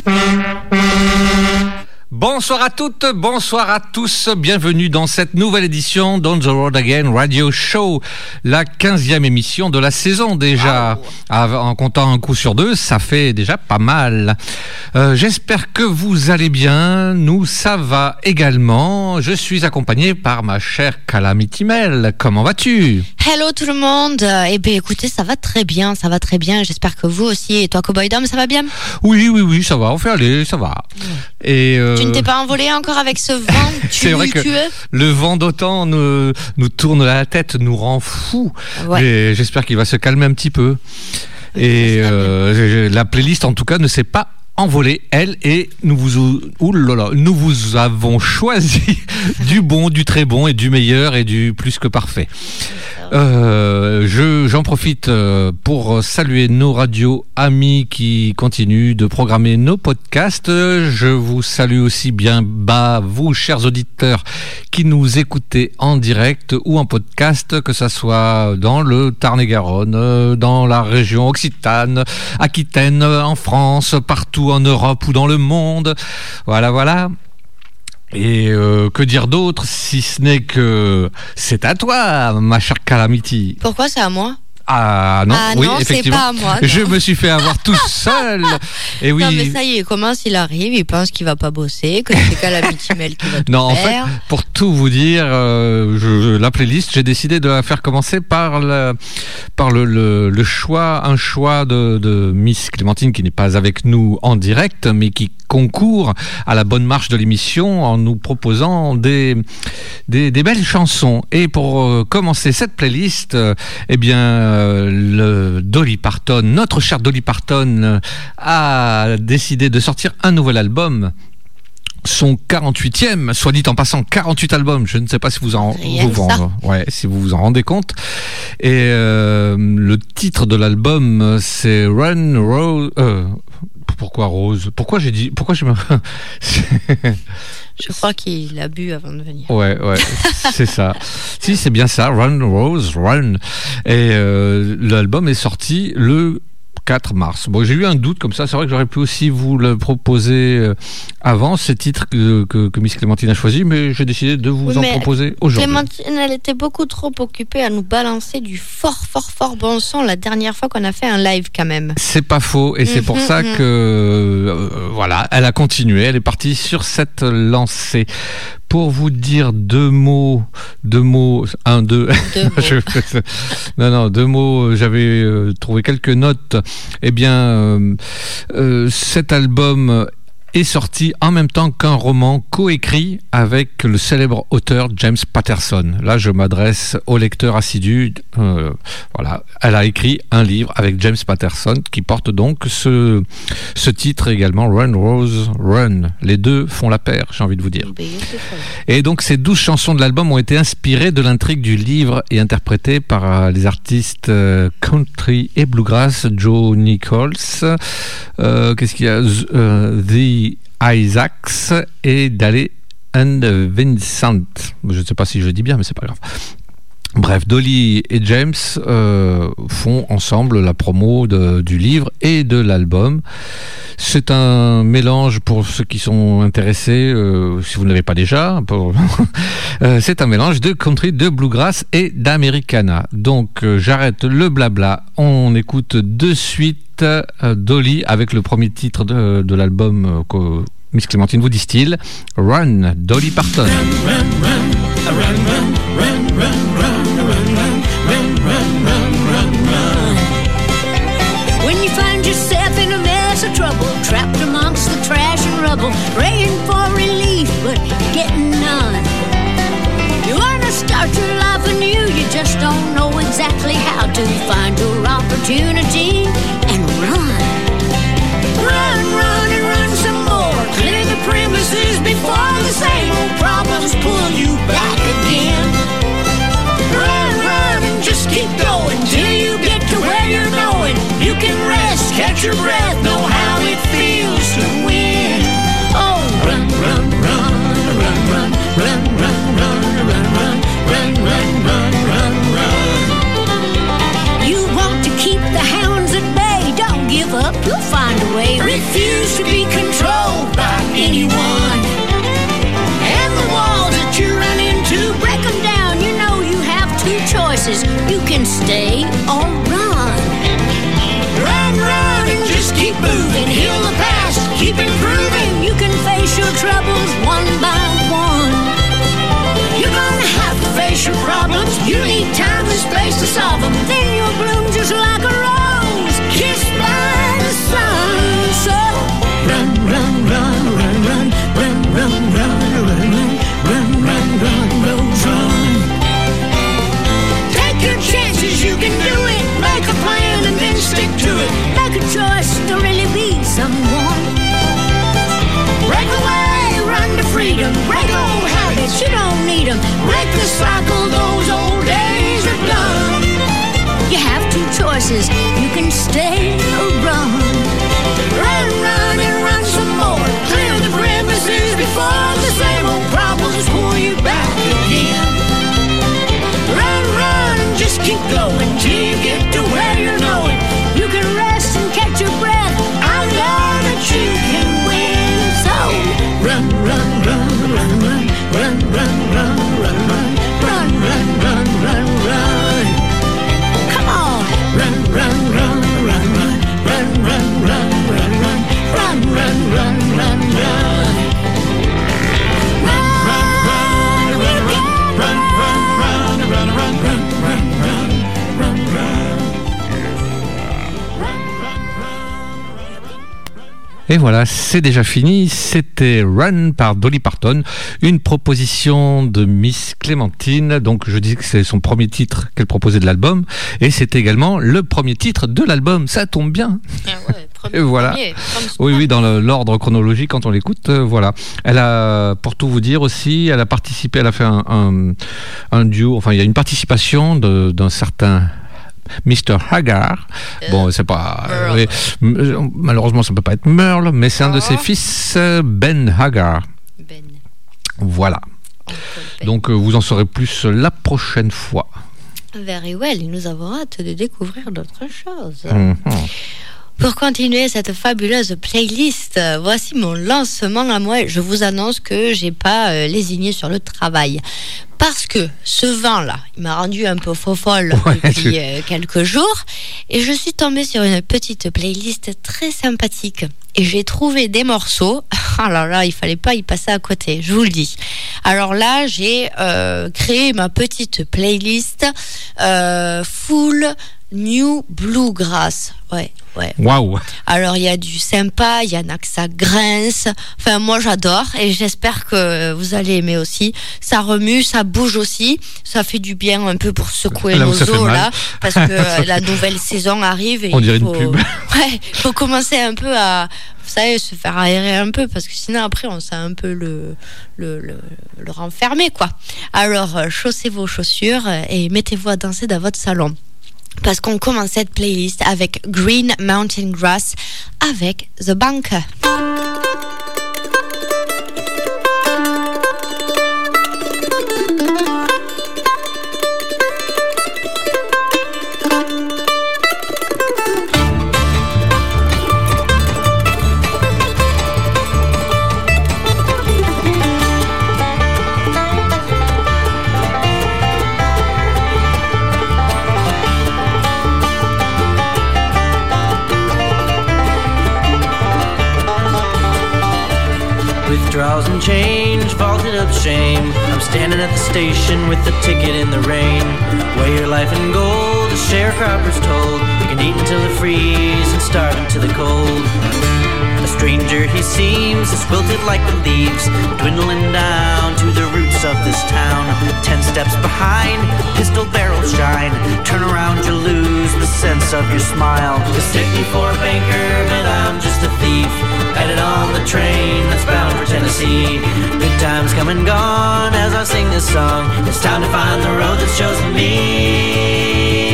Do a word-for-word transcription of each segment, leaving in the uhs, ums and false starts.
Bonsoir à toutes, bonsoir à tous, bienvenue dans cette nouvelle édition d'On the Road Again Radio Show, la quinzième émission de la saison déjà. Wow. En comptant un coup sur deux, ça fait déjà pas mal. Euh, j'espère que vous allez bien, nous ça va également. Je suis accompagné par ma chère Calamity Mel. Comment vas-tu? Hello tout le monde. Eh bien écoutez, ça va très bien, ça va très bien. J'espère que vous aussi. Et toi Cowboy Dom, ça va bien? Oui, oui, oui, ça va, on fait aller, ça va. Ouais. Et euh... Tu ne t'es pas envolé encore avec ce vent C'est vrai que le vent d'autant nous, nous tourne la tête, nous rend fous. Ouais. Et j'espère qu'il va se calmer un petit peu. Oui, et euh, la playlist en tout cas ne s'est pas envolée, elle, et nous vous, oulala, nous vous avons choisi du bon, du très bon et du meilleur et du plus que parfait. Euh, je, j'en profite pour saluer nos radios amis qui continuent de programmer nos podcasts. Je vous salue aussi bien bas, vous, chers auditeurs, qui nous écoutez en direct ou en podcast, que ça soit dans le Tarn-et-Garonne, dans la région Occitane, Aquitaine, en France, partout en Europe ou dans le monde. Voilà, voilà. Et euh, que dire d'autre si ce n'est que c'est à toi, ma chère Calamity. Pourquoi c'est à moi? Ah non, ah oui, non, effectivement. C'est pas à moi, non. Je me suis fait avoir tout seul. Et oui. Non, mais ça y est, il commence, il arrive, il pense qu'il va pas bosser, que c'est Calamity Mel qui va tout non, faire. En fait, pour tout vous dire, euh, je, la playlist, j'ai décidé de la faire commencer par le, par le, le, le choix, un choix de, de Miss Clémentine qui n'est pas avec nous en direct, mais qui concourt à la bonne marche de l'émission en nous proposant des, des, des belles chansons. Et pour euh, commencer cette playlist, euh, eh bien, euh, le Dolly Parton, notre cher Dolly Parton, euh, a décidé de sortir un nouvel album. Son quarante-huitième, soit dit en passant, quarante-huit albums. Je ne sais pas si vous en, vous, vous en, ouais, si vous vous en rendez compte. Et euh, le titre de l'album, c'est Run Rose. Euh, pourquoi Rose? Pourquoi j'ai dit? Pourquoi je me. Je crois qu'il a bu avant de venir. Ouais, ouais, c'est ça. Si, c'est bien ça. Run Rose, Run. Et euh, l'album est sorti le quatre mars. Bon, j'ai eu un doute comme ça. C'est vrai que j'aurais pu aussi vous le proposer avant, ces titres que, que, que Miss Clémentine a choisi, mais j'ai décidé de vous oui, en proposer aujourd'hui. Clémentine, elle était beaucoup trop occupée à nous balancer du fort, fort, fort bon son la dernière fois qu'on a fait un live quand même. C'est pas faux, et mmh, c'est pour mmh, ça mmh. que euh, voilà, elle a continué, elle est partie sur cette lancée. Pour vous dire deux mots, deux mots, un, deux. deux mots. Je, non, non, deux mots. J'avais euh, trouvé quelques notes. Eh bien, euh, euh, cet album est sorti en même temps qu'un roman coécrit avec le célèbre auteur James Patterson. Là, je m'adresse au lecteur assidu. Euh, voilà, elle a écrit un livre avec James Patterson qui porte donc ce, ce titre également, Run Rose Run. Les deux font la paire, j'ai envie de vous dire. Et donc, ces douze chansons de l'album ont été inspirées de l'intrigue du livre et interprétées par les artistes country et bluegrass, Joe Nichols, euh, qu'est-ce qu'il y a, euh, The Isaacs et Dale and Vincent. Je ne sais pas si je le dis bien, mais c'est pas grave. Bref, Dolly et James euh, font ensemble la promo de, du livre et de l'album. C'est un mélange, pour ceux qui sont intéressés, euh, si vous ne l'avez pas déjà, pour, euh, c'est un mélange de country, de bluegrass et d'Americana. Donc euh, j'arrête le blabla, on écoute de suite euh, Dolly avec le premier titre de, de l'album euh, que Miss Clémentine vous distille, Run, Dolly Parton. Run, run, run, run, run, run, run, run. Trouble, trapped amongst the trash and rubble, praying for relief, but getting none. You wanna start your life anew, you just don't know exactly how to find your opportunity and run. Run, run, and run some more. Clear the premises before the same old problems pull you back again. Run, run, and just keep going till you get to where you're going. You can rest, catch your breath, know how it feels to win. Oh, run, run, run, run, run, run, run, run, run, run, run, run, run, run, run. You want to keep the hounds at bay, don't give up, you'll find a way. Refuse to be controlled by anyone. And the walls that you run into, break them down. You know you have two choices. You can stay or run. Run, run, and just keep moving. Heal the past, keep improving. You can face your troubles one by one. You're gonna have to face your problems. You need time and space to solve them. Then you'll bloom just like a rose, kissed by the sun. So run, run, run, run, run, run, run, run, run, run, run, run, rose, run. Take your chances, you can do it. Make a plan and then stick to it. Make a choice to really be someone. Break away, run to freedom. Break old habits, you don't need them. Break the cycle, those old days are done. You have two choices, you can stay or run. Run, run, and run some more. Clear the premises before the same old problems pull you back again. Run, run, just keep going till you get to where you're going. You can rest and catch your breath. I know that you can win. So run, run, run, run, run, run, run, run, run, run, run, run, run, run, run. Come on, run, run, run, run, run, run, run, run, run, run, run, run, run, run, run. Et voilà, c'est déjà fini. C'était Run par Dolly Parton, une proposition de Miss Clémentine. Donc je dis que c'est son premier titre qu'elle proposait de l'album, et c'est également le premier titre de l'album. Ça tombe bien. Ah ouais, premier, et voilà. Premier, oui, oui, dans le, l'ordre chronologique quand on l'écoute. Euh, voilà. Elle a, pour tout vous dire aussi, elle a participé. Elle a fait un, un, un duo. Enfin, il y a une participation de, d'un certain mister Haggard. Euh, bon, c'est pas. Euh, oui, malheureusement, ça peut pas être Merle, mais c'est oh. un de ses fils, Ben Haggard. Ben. Voilà. Ben. Donc, euh, vous en saurez plus la prochaine fois. Very well. Et nous avons hâte de découvrir d'autres choses. Mm-hmm. Pour continuer cette fabuleuse playlist, voici mon lancement à moi. Je vous annonce que j'ai pas euh, lésigné sur le travail. Parce que ce vent-là, il m'a rendu un peu faux-folle ouais, depuis tu... euh, quelques jours. Et je suis tombée sur une petite playlist très sympathique. Et j'ai trouvé des morceaux. Ah là là, il fallait pas y passer à côté, je vous le dis. Alors là, j'ai euh, créé ma petite playlist euh, full New Bluegrass. Ouais, ouais. Waouh. Alors il y a du sympa, il y en a que ça grince. Enfin moi j'adore et j'espère que vous allez aimer aussi. Ça remue, ça bouge aussi, ça fait du bien un peu pour secouer là nos os là, parce que la nouvelle saison arrive et on dirait il faut, une pub. Ouais, il faut commencer un peu à, vous savez, se faire aérer un peu parce que sinon après on sait un peu le le le, le renfermer quoi. Alors chaussez vos chaussures et mettez-vous à danser dans votre salon. Parce qu'on commence cette playlist avec Green Mountain Grass avec The Banker. Draws and change, vaulted up shame. I'm standing at the station with the ticket in the rain. Weigh your life in gold, as sharecroppers told. You can eat until it freeze and starve into the cold. A stranger he seems, is wilted like the leaves, dwindling down to the roots of this town. Ten steps behind, pistol barrels shine. Turn around, you lose the sense of your smile. Mistake me for a banker, but I'm just a thief. Headed on the train that's bound for Tennessee. Good times come and gone as I sing this song. It's time to find the road that's chosen me.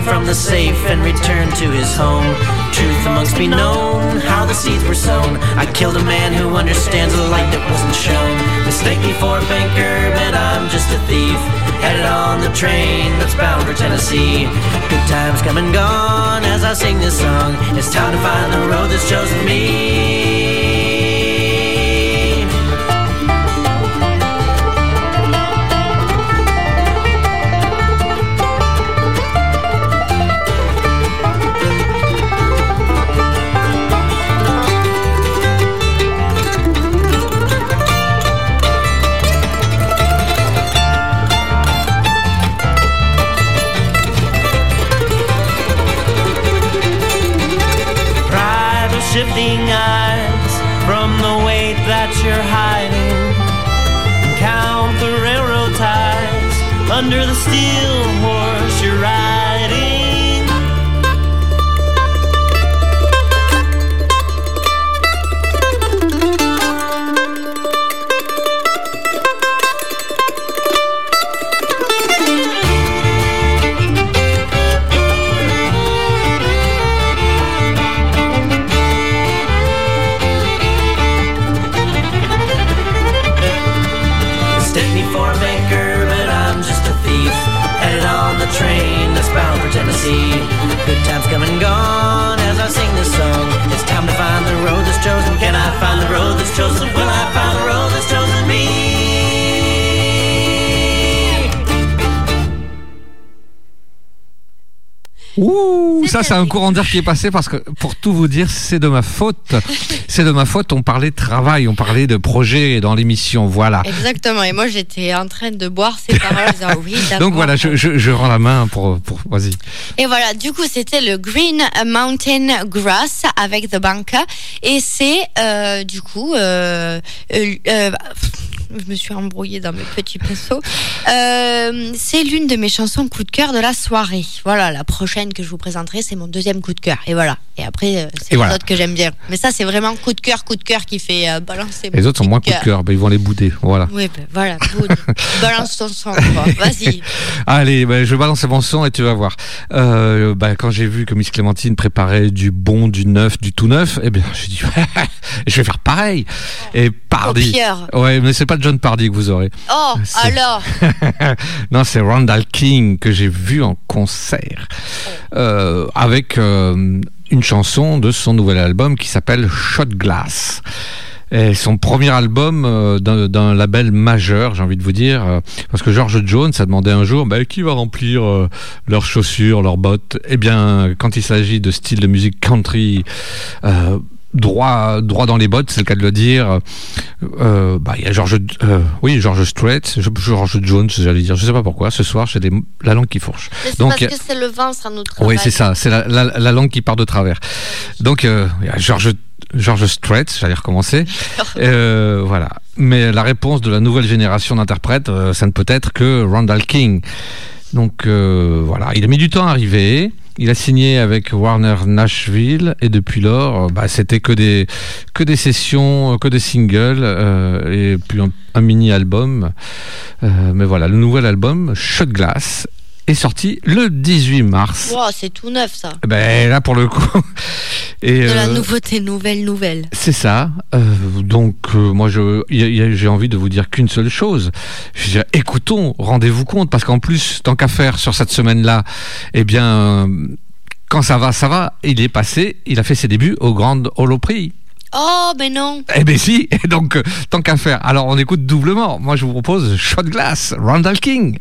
from the safe and returned to his home. Truth amongst me known, how the seeds were sown. I killed a man who understands the light that wasn't shown. Mistake me for a banker, but I'm just a thief, headed on the train that's bound for Tennessee. Good times come and gone as I sing this song. It's time to find the road that's chosen me. Shifting eyes from the weight that you're hiding. Count the railroad ties under the steel horse you're riding. Train that's bound for Tennessee. Good times come and gone as I sing this song. It's time to find the road that's chosen. Can I find the road that's chosen? Will I find the road that's chosen me? Ouh, ça c'est un courant d'air qui est passé parce que pour tout vous dire, c'est de ma faute. C'est de ma faute, on parlait de travail, on parlait de projet dans l'émission, voilà. Exactement, et moi j'étais en train de boire ces paroles en disant oui, d'accord. Donc voilà, je, je, je rends la main pour, pour... Vas-y. Et voilà, du coup c'était le Green Mountain Grass avec The Banca, et c'est euh, du coup... Euh, euh, euh, je me suis embrouillée dans mes petits pinceaux. Euh, c'est l'une de mes chansons coup de cœur de la soirée. Voilà, la prochaine que je vous présenterai, c'est mon deuxième coup de cœur. Et voilà. Et après, c'est et les voilà. autres que j'aime bien. Mais ça, c'est vraiment coup de cœur, coup de cœur qui fait euh, balancer. Les autres sont moins coup de cœur. Ben, ils vont les bouder. Voilà. Oui, ben, voilà. Balance ton son. Quoi. Vas-y. Allez, ben, je vais balancer mon son et tu vas voir. Euh, ben, quand j'ai vu que Miss Clémentine préparait du bon, du neuf, du tout neuf, eh bien, j'ai dit, je vais faire pareil. Et pardi. Ouais, mais c'est pas John Pardy que vous aurez. Oh, c'est... alors Non, c'est Randall King que j'ai vu en concert euh, avec euh, une chanson de son nouvel album qui s'appelle Shot Glass. Et son premier album euh, d'un, d'un label majeur, j'ai envie de vous dire, euh, parce que George Jones a demandé un jour, bah, qui va remplir euh, leurs chaussures, leurs bottes. Eh bien, quand il s'agit de style de musique country, euh, droit droit dans les bottes, c'est le cas de le dire. Euh, bah il y a George euh, oui George Strait, George Jones, j'allais dire, je sais pas pourquoi. Ce soir, j'ai des, la langue qui fourche. Mais c'est donc parce que c'est le vent, ça nous travaille. Oui, c'est ça, c'est la, la, la langue qui part de travers. Donc euh, il y a George George Strait, j'allais recommencer. euh, voilà. Mais la réponse de la nouvelle génération d'interprètes, euh, ça ne peut être que Randall King. Donc euh, voilà, il a mis du temps à arriver. Il a signé avec Warner Nashville et depuis lors, bah, c'était que des que des sessions, que des singles euh, et puis un, un mini-album. Euh, mais voilà, le nouvel album Shot Glass est sorti le dix-huit mars. Wow, c'est tout neuf ça. Ben là pour le coup. Et, de la euh, nouveauté, nouvelle, nouvelle. C'est ça. Euh, donc euh, moi je, y a, y a, j'ai envie de vous dire qu'une seule chose. Je veux dire, écoutons, rendez-vous compte, parce qu'en plus, tant qu'à faire sur cette semaine-là, eh bien, euh, quand ça va, ça va. Il est passé, il a fait ses débuts au Grand Ole Opry. Oh, ben non. Eh ben si. Et donc euh, tant qu'à faire. Alors on écoute doublement. Moi je vous propose Shot Glass, Randall King.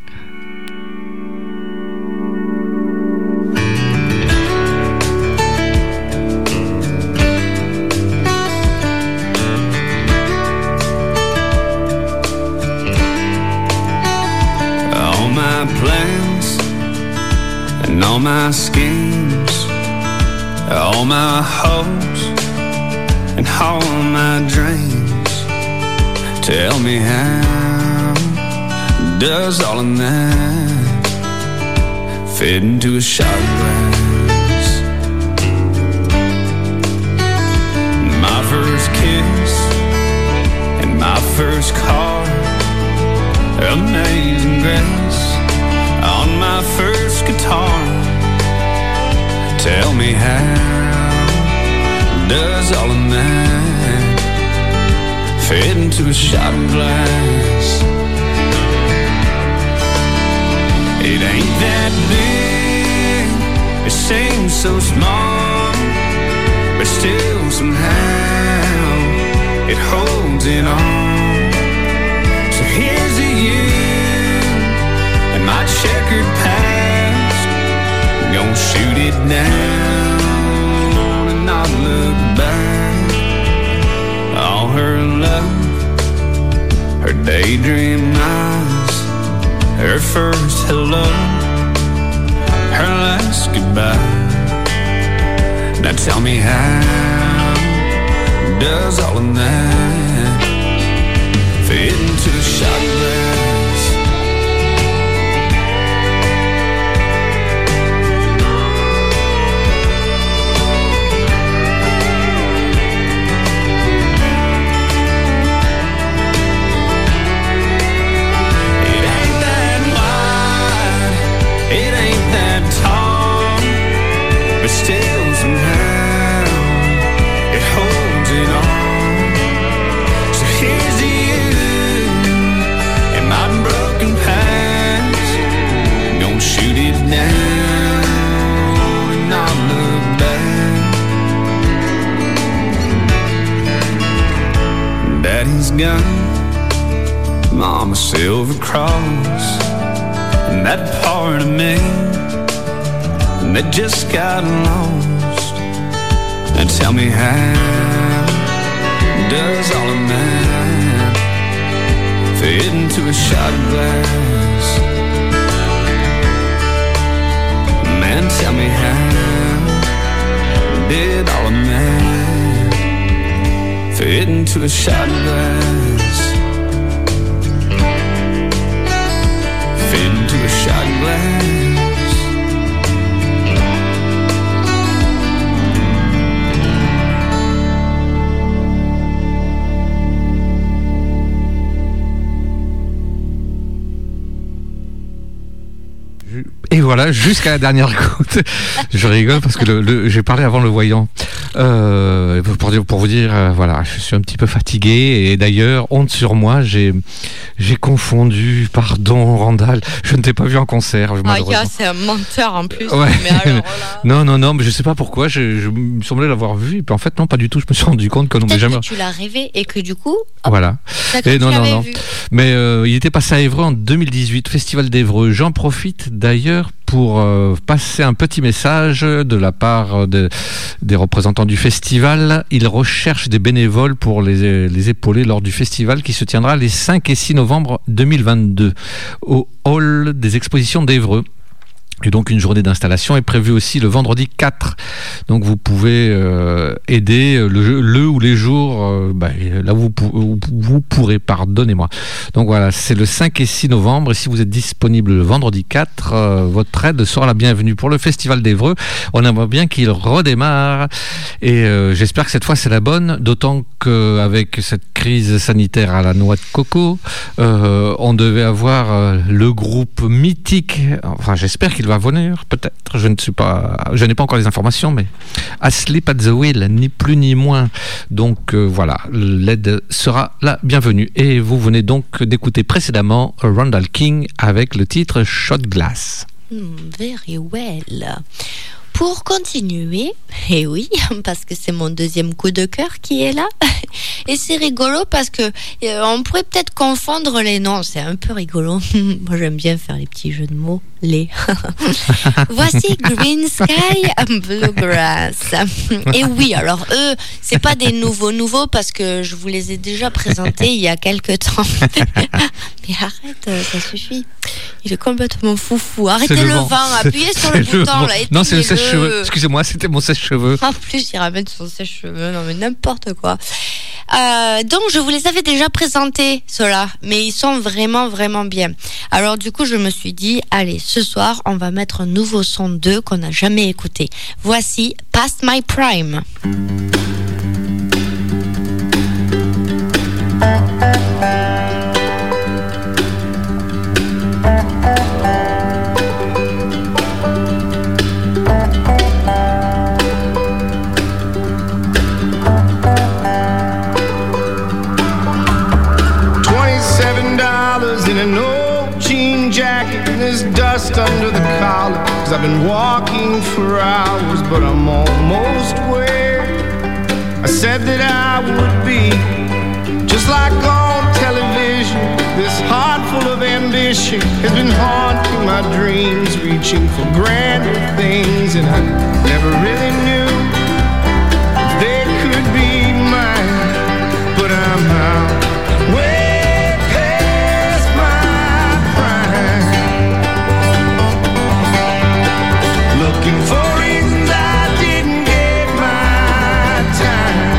And all my schemes, all my hopes, and all my dreams. Tell me how does all of that fit into a shot glass? My first kiss and my first car, Amazing Grace. On my first guitar, Tell me how does all of that fit into a shot of glass? It ain't that big, it seems so small, but still somehow it holds it all. So here's to you and my checkered past, gonna shoot it down and not look back. All her love, her daydream eyes, her first hello, her last goodbye. Now tell me how does all of that fit into a shot glass? Still somehow it holds it on. So here's to you and my broken past, gonna shoot it down and not look back. Daddy's gone, Mama's silver cross, and that part of me that just got lost. And tell me how does all of that fit into a shot of glass? Man, tell me how did all of that fit into a shot of glass? Fit into a shot of glass. Et voilà, jusqu'à la dernière goutte. Je rigole parce que le, le, j'ai parlé avant le voyant. Euh, pour, dire, pour vous dire, euh, voilà, je suis un petit peu fatigué. Et d'ailleurs, honte sur moi, j'ai, j'ai confondu, pardon Randall, je ne t'ai pas vu en concert. Ah, yeah, c'est un menteur en plus. Ouais. Mais alors, là... Non, non, non, mais je sais pas pourquoi, je, je me semblais l'avoir vu. Et puis en fait, non, pas du tout. Je me suis rendu compte que non, mais jamais. Que tu l'as rêvé et que du coup. Hop, voilà. Et non, non, non. Vu. Mais euh, il était passé à Évreux en deux mille dix-huit, Festival d'Évreux. J'en profite d'ailleurs pour euh, passer un petit message de la part de, des représentants du festival. Ils recherchent des bénévoles pour les, les épauler lors du festival qui se tiendra les cinq et six novembre deux mille vingt-deux au hall des expositions d'Évreux. Et donc une journée d'installation est prévue aussi le vendredi quatre. Donc vous pouvez euh, aider le, le ou les jours, euh, bah, là où vous, vous pourrez, pardonnez-moi. Donc voilà, c'est le cinq et six novembre. Et si vous êtes disponible le vendredi quatre, euh, votre aide sera la bienvenue pour le Festival d'Évreux. On aimerait bien qu'il redémarre. Et euh, j'espère que cette fois c'est la bonne, d'autant qu'avec cette crise sanitaire à la noix de coco, euh, on devait avoir euh, le groupe mythique, enfin j'espère qu'il va venir, peut-être, je ne suis pas, je n'ai pas encore les informations, mais Asleep at the Wheel, ni plus ni moins. Donc euh, voilà, l'aide sera la bienvenue. Et vous venez donc d'écouter précédemment Randall King avec le titre Shot Glass. Mm, very well. Pour continuer, et oui, parce que c'est mon deuxième coup de cœur qui est là, et c'est rigolo parce que euh, on pourrait peut-être confondre les noms, c'est un peu rigolo. Moi j'aime bien faire les petits jeux de mots, les. Voici Green Sky Bluegrass. Et oui, alors eux, c'est pas des nouveaux nouveaux parce que je vous les ai déjà présentés il y a quelques temps. Mais arrête, ça suffit. Il est complètement foufou. Arrêtez le, le vent. vent, appuyez sur le bouton. Là, non, c'est le sèche-cheveux. Excusez-moi, c'était mon sèche-cheveux. En plus, il ramène son sèche-cheveux. Non, mais n'importe quoi. Euh, donc, je vous les avais déjà présentés, ceux-là. Mais ils sont vraiment, vraiment bien. Alors, du coup, je me suis dit, allez, ce soir, on va mettre un nouveau son d'eux qu'on n'a jamais écouté. Voici Past My Prime. 'cause I've been walking for hours, but I'm almost where I said that I would be. Just like on television, this heart full of ambition has been haunting my dreams, reaching for grander things, and I never really knew they could be mine, but I'm out way past my prime, looking for reasons I didn't get my time.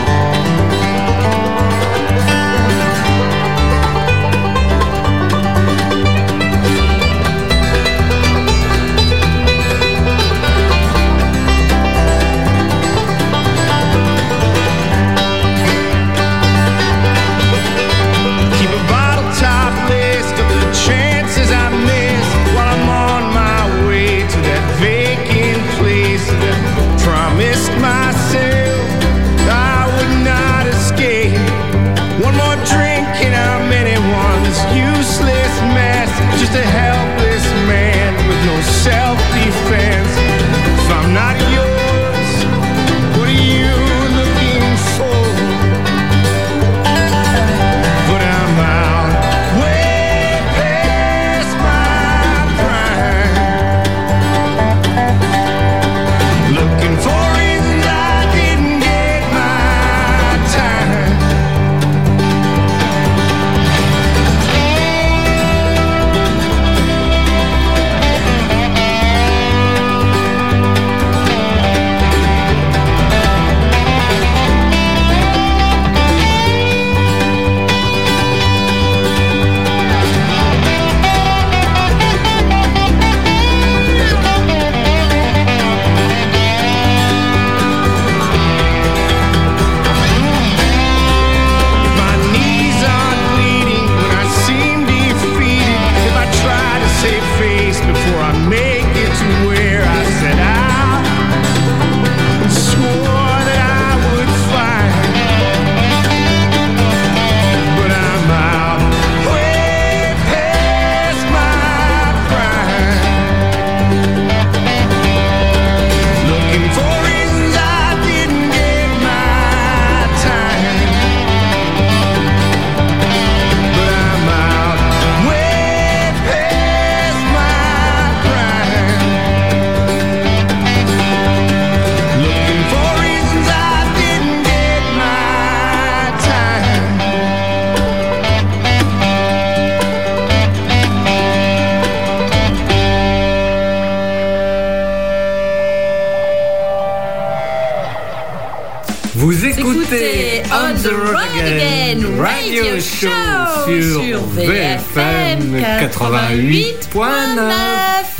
Promised myself I would not escape. One more drink and I'm anyone's useless mess, just a helpless man with no self-defense. If I'm not yours, what are you looking for? But I'm out way past my prime, looking for reasons I didn't get my time. My knees aren't bleeding when I seem defeated. If I try to save face before I make it to where I set out and swore that I would find, but I'm out way past my prime, looking for reasons I didn't get my time. But I'm out way past my prime, looking for reasons I didn't get my time. Vous écoutez On the Road Again Radio Show sur V F M quatre-vingt-huit point neuf.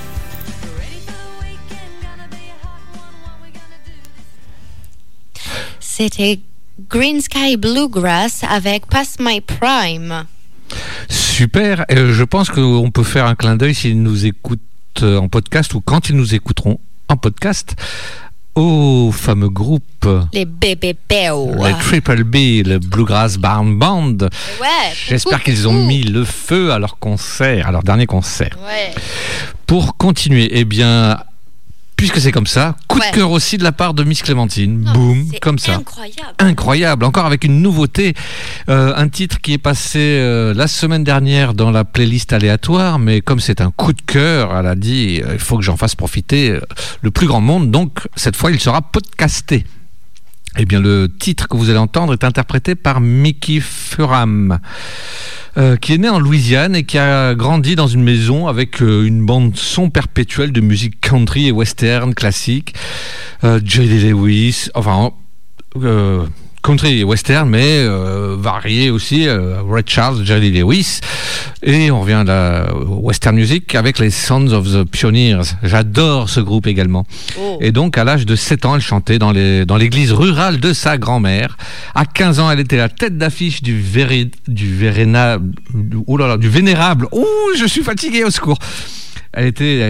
C'était Green Sky Bluegrass avec Past My Prime. Super. Euh, je pense qu'on peut faire un clin d'œil s'ils nous écoutent en podcast ou quand ils nous écouteront en podcast au fameux groupe Les bébés Béo. le Triple B, le Bluegrass Barn Band. Ouais. J'espère coucou, qu'ils ont coucou. mis le feu à leur concert, à leur dernier concert. Ouais. Pour continuer, eh bien, puisque c'est comme ça, coup Ouais. de cœur aussi de la part de Miss Clémentine. Non, Boum, c'est comme ça. Incroyable. Incroyable, encore avec une nouveauté, euh, un titre qui est passé euh, la semaine dernière dans la playlist aléatoire, mais comme c'est un coup de cœur, elle a dit euh, il faut que j'en fasse profiter euh, le plus grand monde, donc cette fois il sera podcasté. Eh bien, le titre que vous allez entendre est interprété par Mickey Furam, euh, qui est né en Louisiane et qui a grandi dans une maison avec euh, une bande son perpétuelle de musique country et western classique, euh, Jerry Lewis, enfin euh, country et western, mais euh, varié aussi, euh, Ray Charles, Jerry Lewis, et on revient à la western music avec les Sons of the Pioneers. J'adore ce groupe également. Oh. Et donc, à l'âge de sept ans, elle chantait dans, les, dans l'église rurale de sa grand-mère. À quinze ans, elle était la tête d'affiche du, véri, du, véréna, oh là là, du vénérable. Ouh, je suis fatigué, au secours. Elle était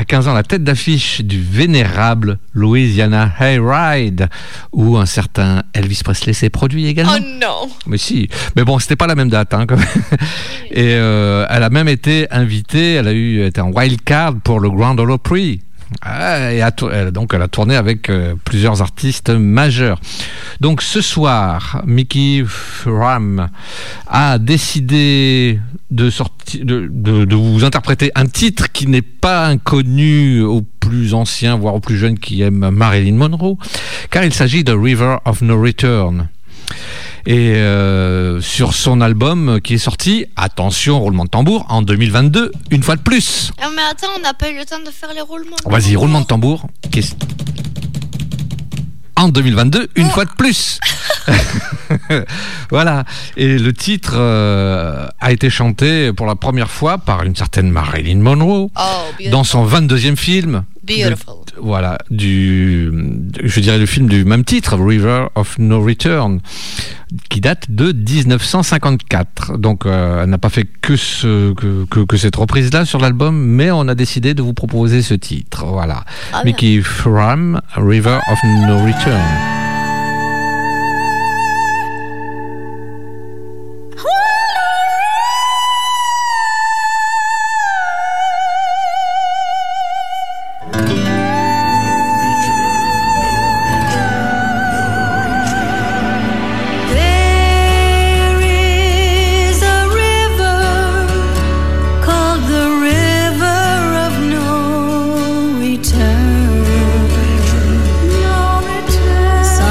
à quinze ans la tête d'affiche du vénérable Louisiana Hayride, où un certain Elvis Presley s'est produit également. Oh non. Mais si, mais bon, c'était pas la même date, hein, quand même. Et euh, elle a même été invitée, elle a eu été en wild card pour le Grand Ole Opry. Et a, donc elle a tourné avec euh, plusieurs artistes majeurs. Donc ce soir, Mickey Fram a décidé de, sortir, de, de, de vous interpréter un titre qui n'est pas inconnu aux plus anciens, voire aux plus jeunes qui aiment Marilyn Monroe, car il s'agit de River of No Return. Et euh, sur son album qui est sorti, attention, roulement de tambour, en deux mille vingt-deux, une fois de plus. Oh, mais attends, on n'a pas eu le temps de faire les roulements. Vas-y, roulement de tambour. Qu'est-ce... En deux mille vingt-deux, une oh. fois de plus. Voilà. Et le titre euh, a été chanté pour la première fois par une certaine Marilyn Monroe oh, dans son vingt-deuxième film. Beautiful. De, voilà, du, je dirais le film du même titre, River of No Return, qui date de dix-neuf cent cinquante-quatre. Donc, euh, elle n'a pas fait que, ce, que, que, que cette reprise-là sur l'album, mais on a décidé de vous proposer ce titre. Voilà, ah, Mickey Fram, River of No Return. So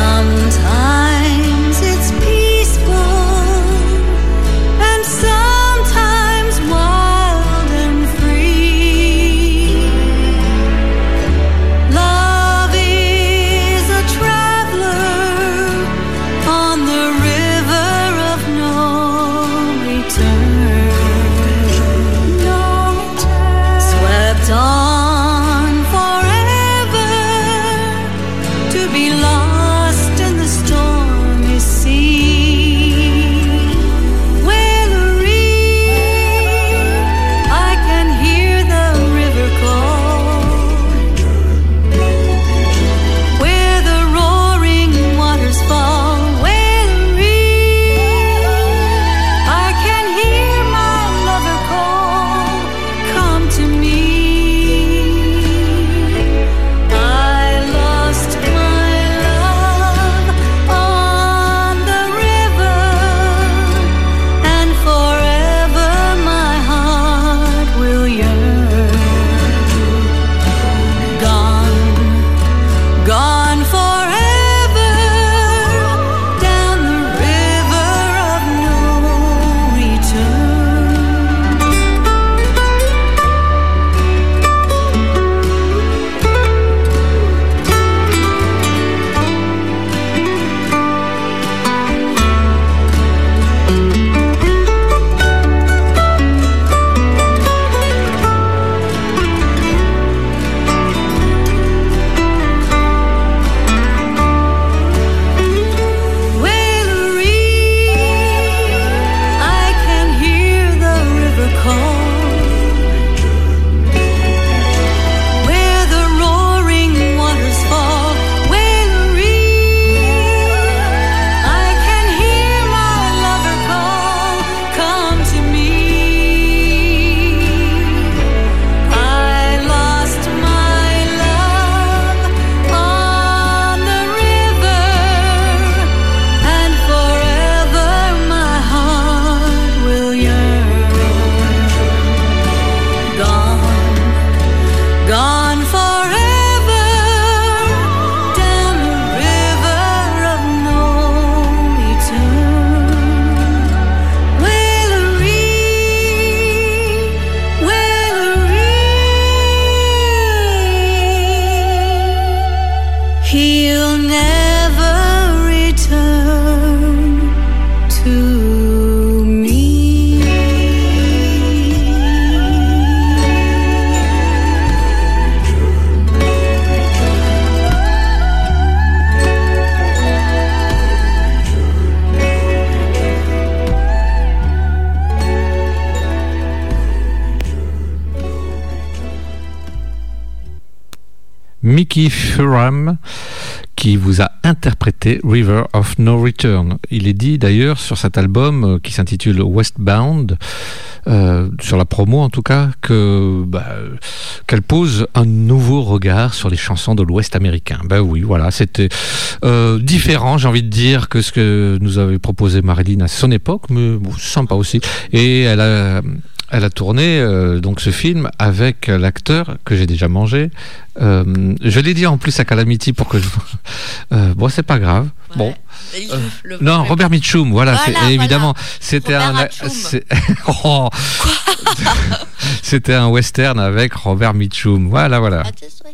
Mickey Furam qui vous a interprété River of No Return. Il est dit d'ailleurs sur cet album euh, qui s'intitule Westbound, euh, sur la promo en tout cas, que bah, qu'elle pose un nouveau regard sur les chansons de l'Ouest américain. Ben oui, voilà, c'était euh, différent, j'ai envie de dire, que ce que nous avait proposé Marilyn à son époque, mais bon, sympa aussi. Et elle a Elle a tourné euh, donc ce film avec l'acteur que j'ai déjà mangé. Euh, je l'ai dit en plus à Calamity pour que je... Euh, bon, c'est pas grave. Ouais. Bon. Le, le euh, non, Robert Mitchum, voilà, voilà, c'est, évidemment. Voilà. C'était Robert un... C'est... oh. C'était un western avec Robert Mitchum. Voilà, voilà.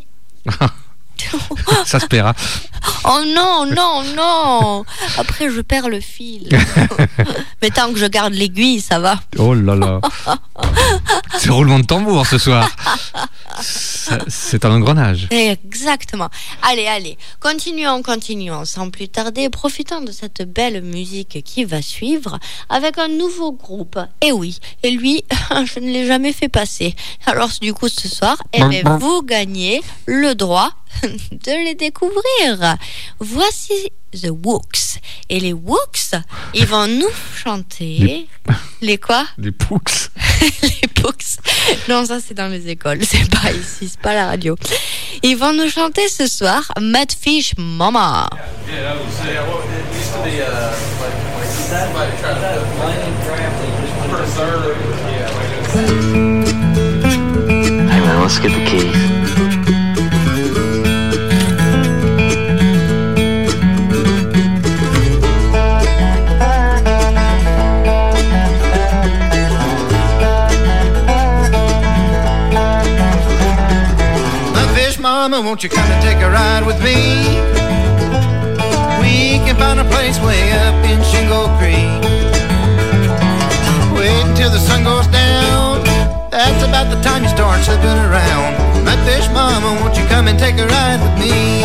Ça se paiera. Oh non, non, non. Après, je perds le fil. Mais tant que je garde l'aiguille, ça va. Oh là là. C'est roulement de tambour ce soir. C'est un engrenage. Exactement. Allez, allez. Continuons, continuons. Sans plus tarder, profitons de cette belle musique qui va suivre avec un nouveau groupe. Et oui, et lui, je ne l'ai jamais fait passer. Alors, du coup, ce soir, eh bien, vous gagnez le droit de les découvrir. Voici The Wooks. Et les Wooks, ils vont nous chanter les, les quoi? Les Pooks. Les Pooks. Non, ça c'est dans les écoles, c'est pas ici, c'est pas la radio. Ils vont nous chanter ce soir Mudfish Mama. Yeah, that was, yeah, well, it used to be uh, like, like somebody tried to put mining crafting, preserve. Yeah, hey man, let's get the keys. Mama, won't you come and take a ride with me? We can find a place way up in Shingle Creek. Wait until the sun goes down. That's about the time you start slipping around. Mudfish Mama, won't you come and take a ride with me?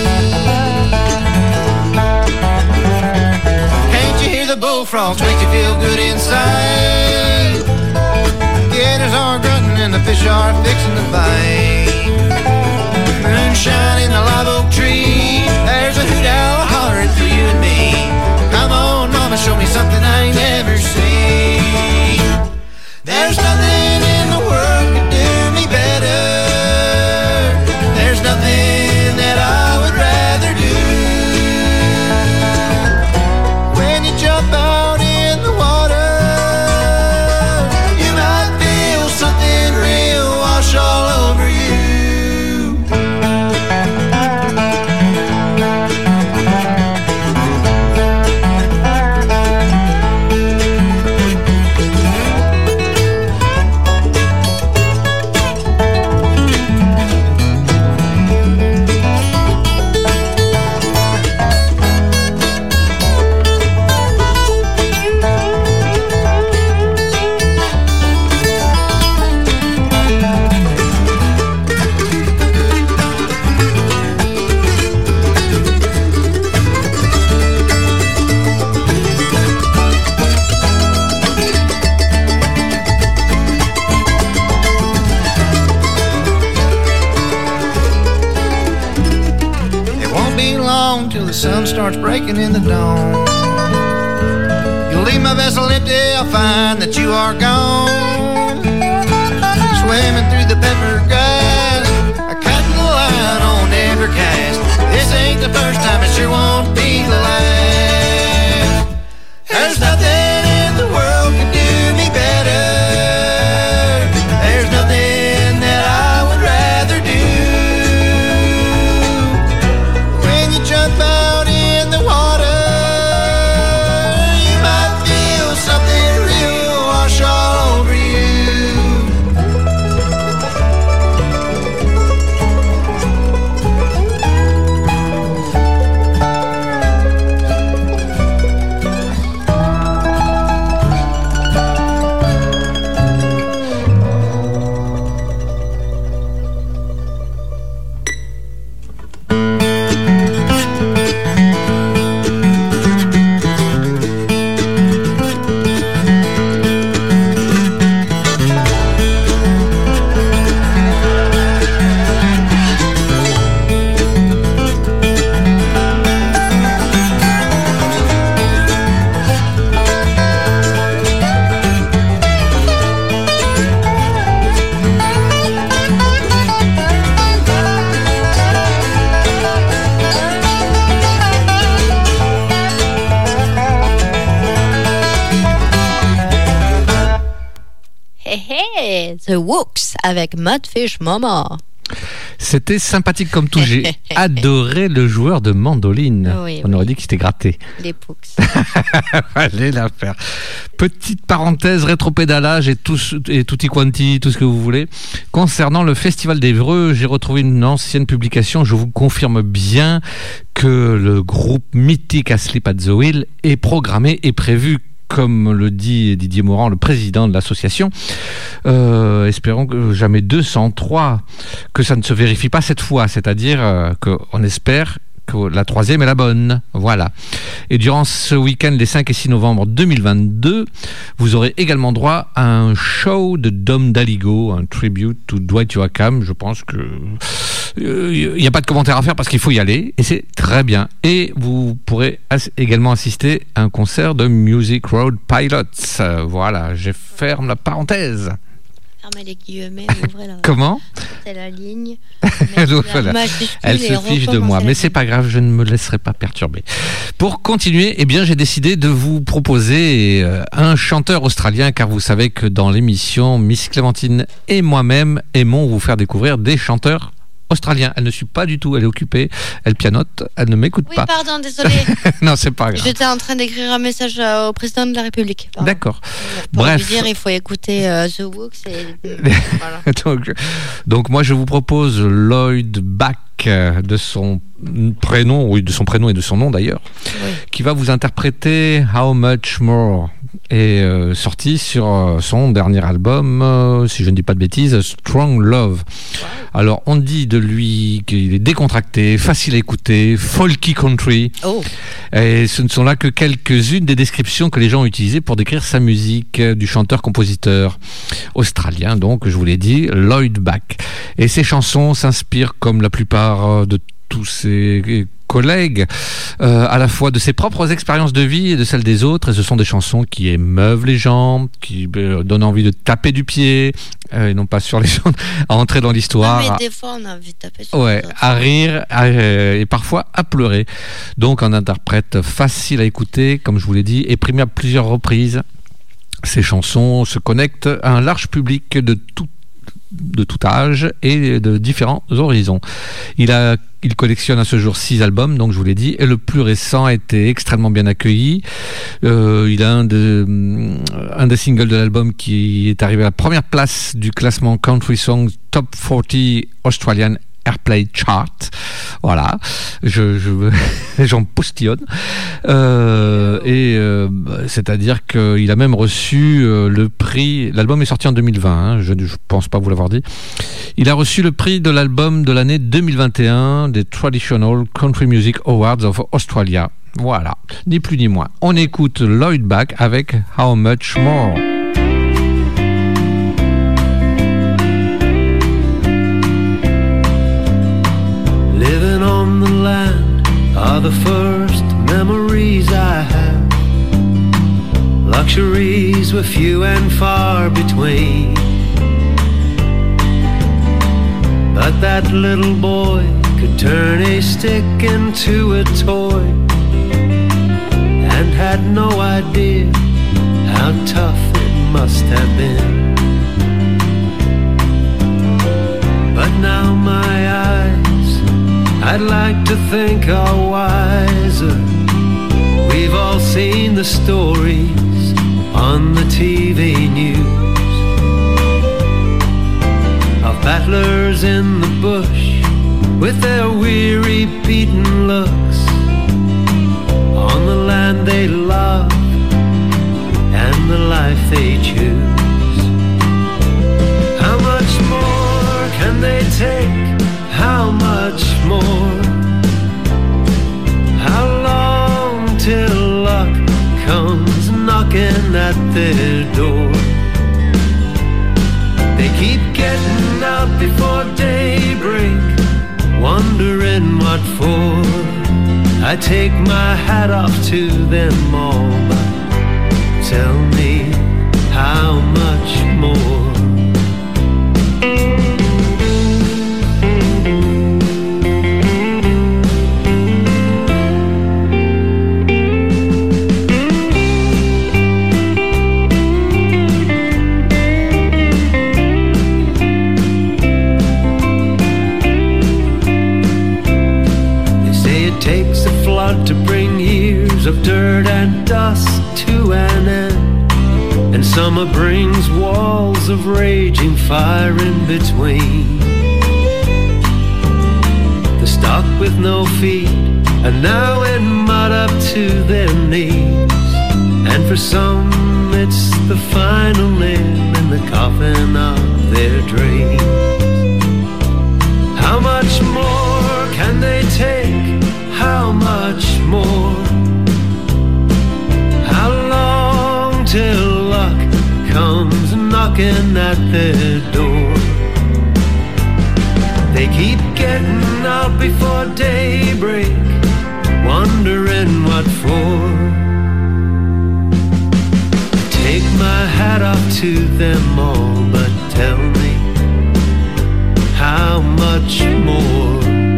Can't you hear the bullfrogs? Makes you feel good inside. Gators are grunting and the fish are fixing to bite. Moonshine in the live oak tree. There's a hoot owl hollering for you and me. Come on, mama, show me something I ain't never seen. There's nothing in the world could do me better. There's nothing that I would rather do. When you jump out in the water, you might feel something real wash all over you. Sun starts breaking in the dawn. You'll leave my vessel empty, I'll find that you are gone. Swimming through the pepper grass, I cut the line on every cast. This ain't the first time, it sure won't be the last. There's nothing in the world can do me better. There's nothing that I would rather do. When you jump out C'était The Wooks avec Mudfish Mama. C'était sympathique comme tout. J'ai adoré le joueur de mandoline. Oui, On oui. aurait dit qu'il s'était gratté. Les Pooks. Allez la faire. Petite parenthèse, rétropédalage et tout, et tutti quanti, tout ce que vous voulez. Concernant le Festival d'Évreux, j'ai retrouvé une ancienne publication. Je vous confirme bien que le groupe mythique Asleep at the Wheel est programmé et prévu, comme le dit Didier Morand, le président de l'association. Euh, espérons que jamais deux cent trois, que ça ne se vérifie pas cette fois, c'est-à-dire euh, qu'on espère que la troisième est la bonne. Voilà. Et durant ce week-end, les cinq et six novembre deux mille vingt-deux, vous aurez également droit à un show de Dom Daligo, un tribute to Dwight Yoakam. Je pense que il euh, n'y a pas de commentaire à faire parce qu'il faut y aller et c'est très bien. Et vous pourrez as- également assister à un concert de Music Road Pilots. Euh, voilà, je ferme la parenthèse. Fermez les guillemets, ouvrez la... Comment ? C'est la ligne. Voilà. Elle se fiche de moi, mais c'est pas grave, je ne me laisserai pas perturber. Pour continuer, eh bien, j'ai décidé de vous proposer euh, un chanteur australien, car vous savez que dans l'émission, Miss Clémentine et moi-même aimons vous faire découvrir des chanteurs australien. Elle ne suit pas du tout, elle est occupée, elle pianote, elle ne m'écoute Oui, pas. pardon, désolé. Non, c'est pas grave. J'étais en train d'écrire un message au président de la République. Pardon. D'accord. Pour Bref. lui dire, il faut écouter euh, The Wooks et voilà. donc, donc moi je vous propose Lloyd Bach, de son prénom, oui, de son prénom et de son nom d'ailleurs, Oui. qui va vous interpréter How Much More, et euh, sorti sur euh, son dernier album, euh, si je ne dis pas de bêtises, Strong Love. Wow. Alors on dit de lui qu'il est décontracté, facile à écouter, folky country. Oh. Et ce ne sont là que quelques-unes des descriptions que les gens ont utilisées pour décrire sa musique, du chanteur-compositeur australien, donc je vous l'ai dit, Lloyd Bach. Et ses chansons s'inspirent, comme la plupart de tous ses collègues, euh, à la fois de ses propres expériences de vie et de celles des autres, et ce sont des chansons qui émeuvent les gens, qui euh, donnent envie de taper du pied, euh, et non pas sur les gens, à entrer dans l'histoire. Ah, mais des fois on a envie de taper sur Ouais, les autres. à rire à, euh, et parfois à pleurer. Donc un interprète facile à écouter, comme je vous l'ai dit, et primé à plusieurs reprises. Ces chansons se connectent à un large public de tout de tout âge et de différents horizons. Il a Il collectionne à ce jour six albums, donc je vous l'ai dit, et le plus récent a été extrêmement bien accueilli. Euh, il a un, de, un des singles de l'album qui est arrivé à la première place du classement Country Songs Top quarante Australian Airplay Chart. Voilà, je, je, j'en postillonne. Euh, et euh, c'est-à-dire qu'il a même reçu euh, le prix. L'album est sorti en deux mille vingt, hein, je ne pense pas vous l'avoir dit. Il a reçu le prix de l'album de l'année deux mille vingt et un des Traditional Country Music Awards of Australia. Voilà, ni plus ni moins. On écoute Lloyd Bach avec How Much More. Living on the land are the first memories I have. Luxuries were few and far between, but that little boy could turn a stick into a toy, and had no idea how tough it must have been. But now my eyes, I'd like to think, are wiser. We've all seen the stories on the T V news of battlers in the bush with their weary, beaten looks on the land they love and the life they choose. How much more can they take? How much more? How long till luck comes knocking at their door? They keep getting out before daybreak, wondering what for. I take my hat off to them all, but tell me how much more? dirt and dust to an end, and summer brings walls of raging fire in between. The stock with no feet are now in mud up to their knees, and for some it's the final nail in the coffin of their dreams. How much more can they take? How much more? How long till luck comes knocking at their door? They keep getting out before daybreak, wondering what for. Take my hat off to them all, but tell me how much more?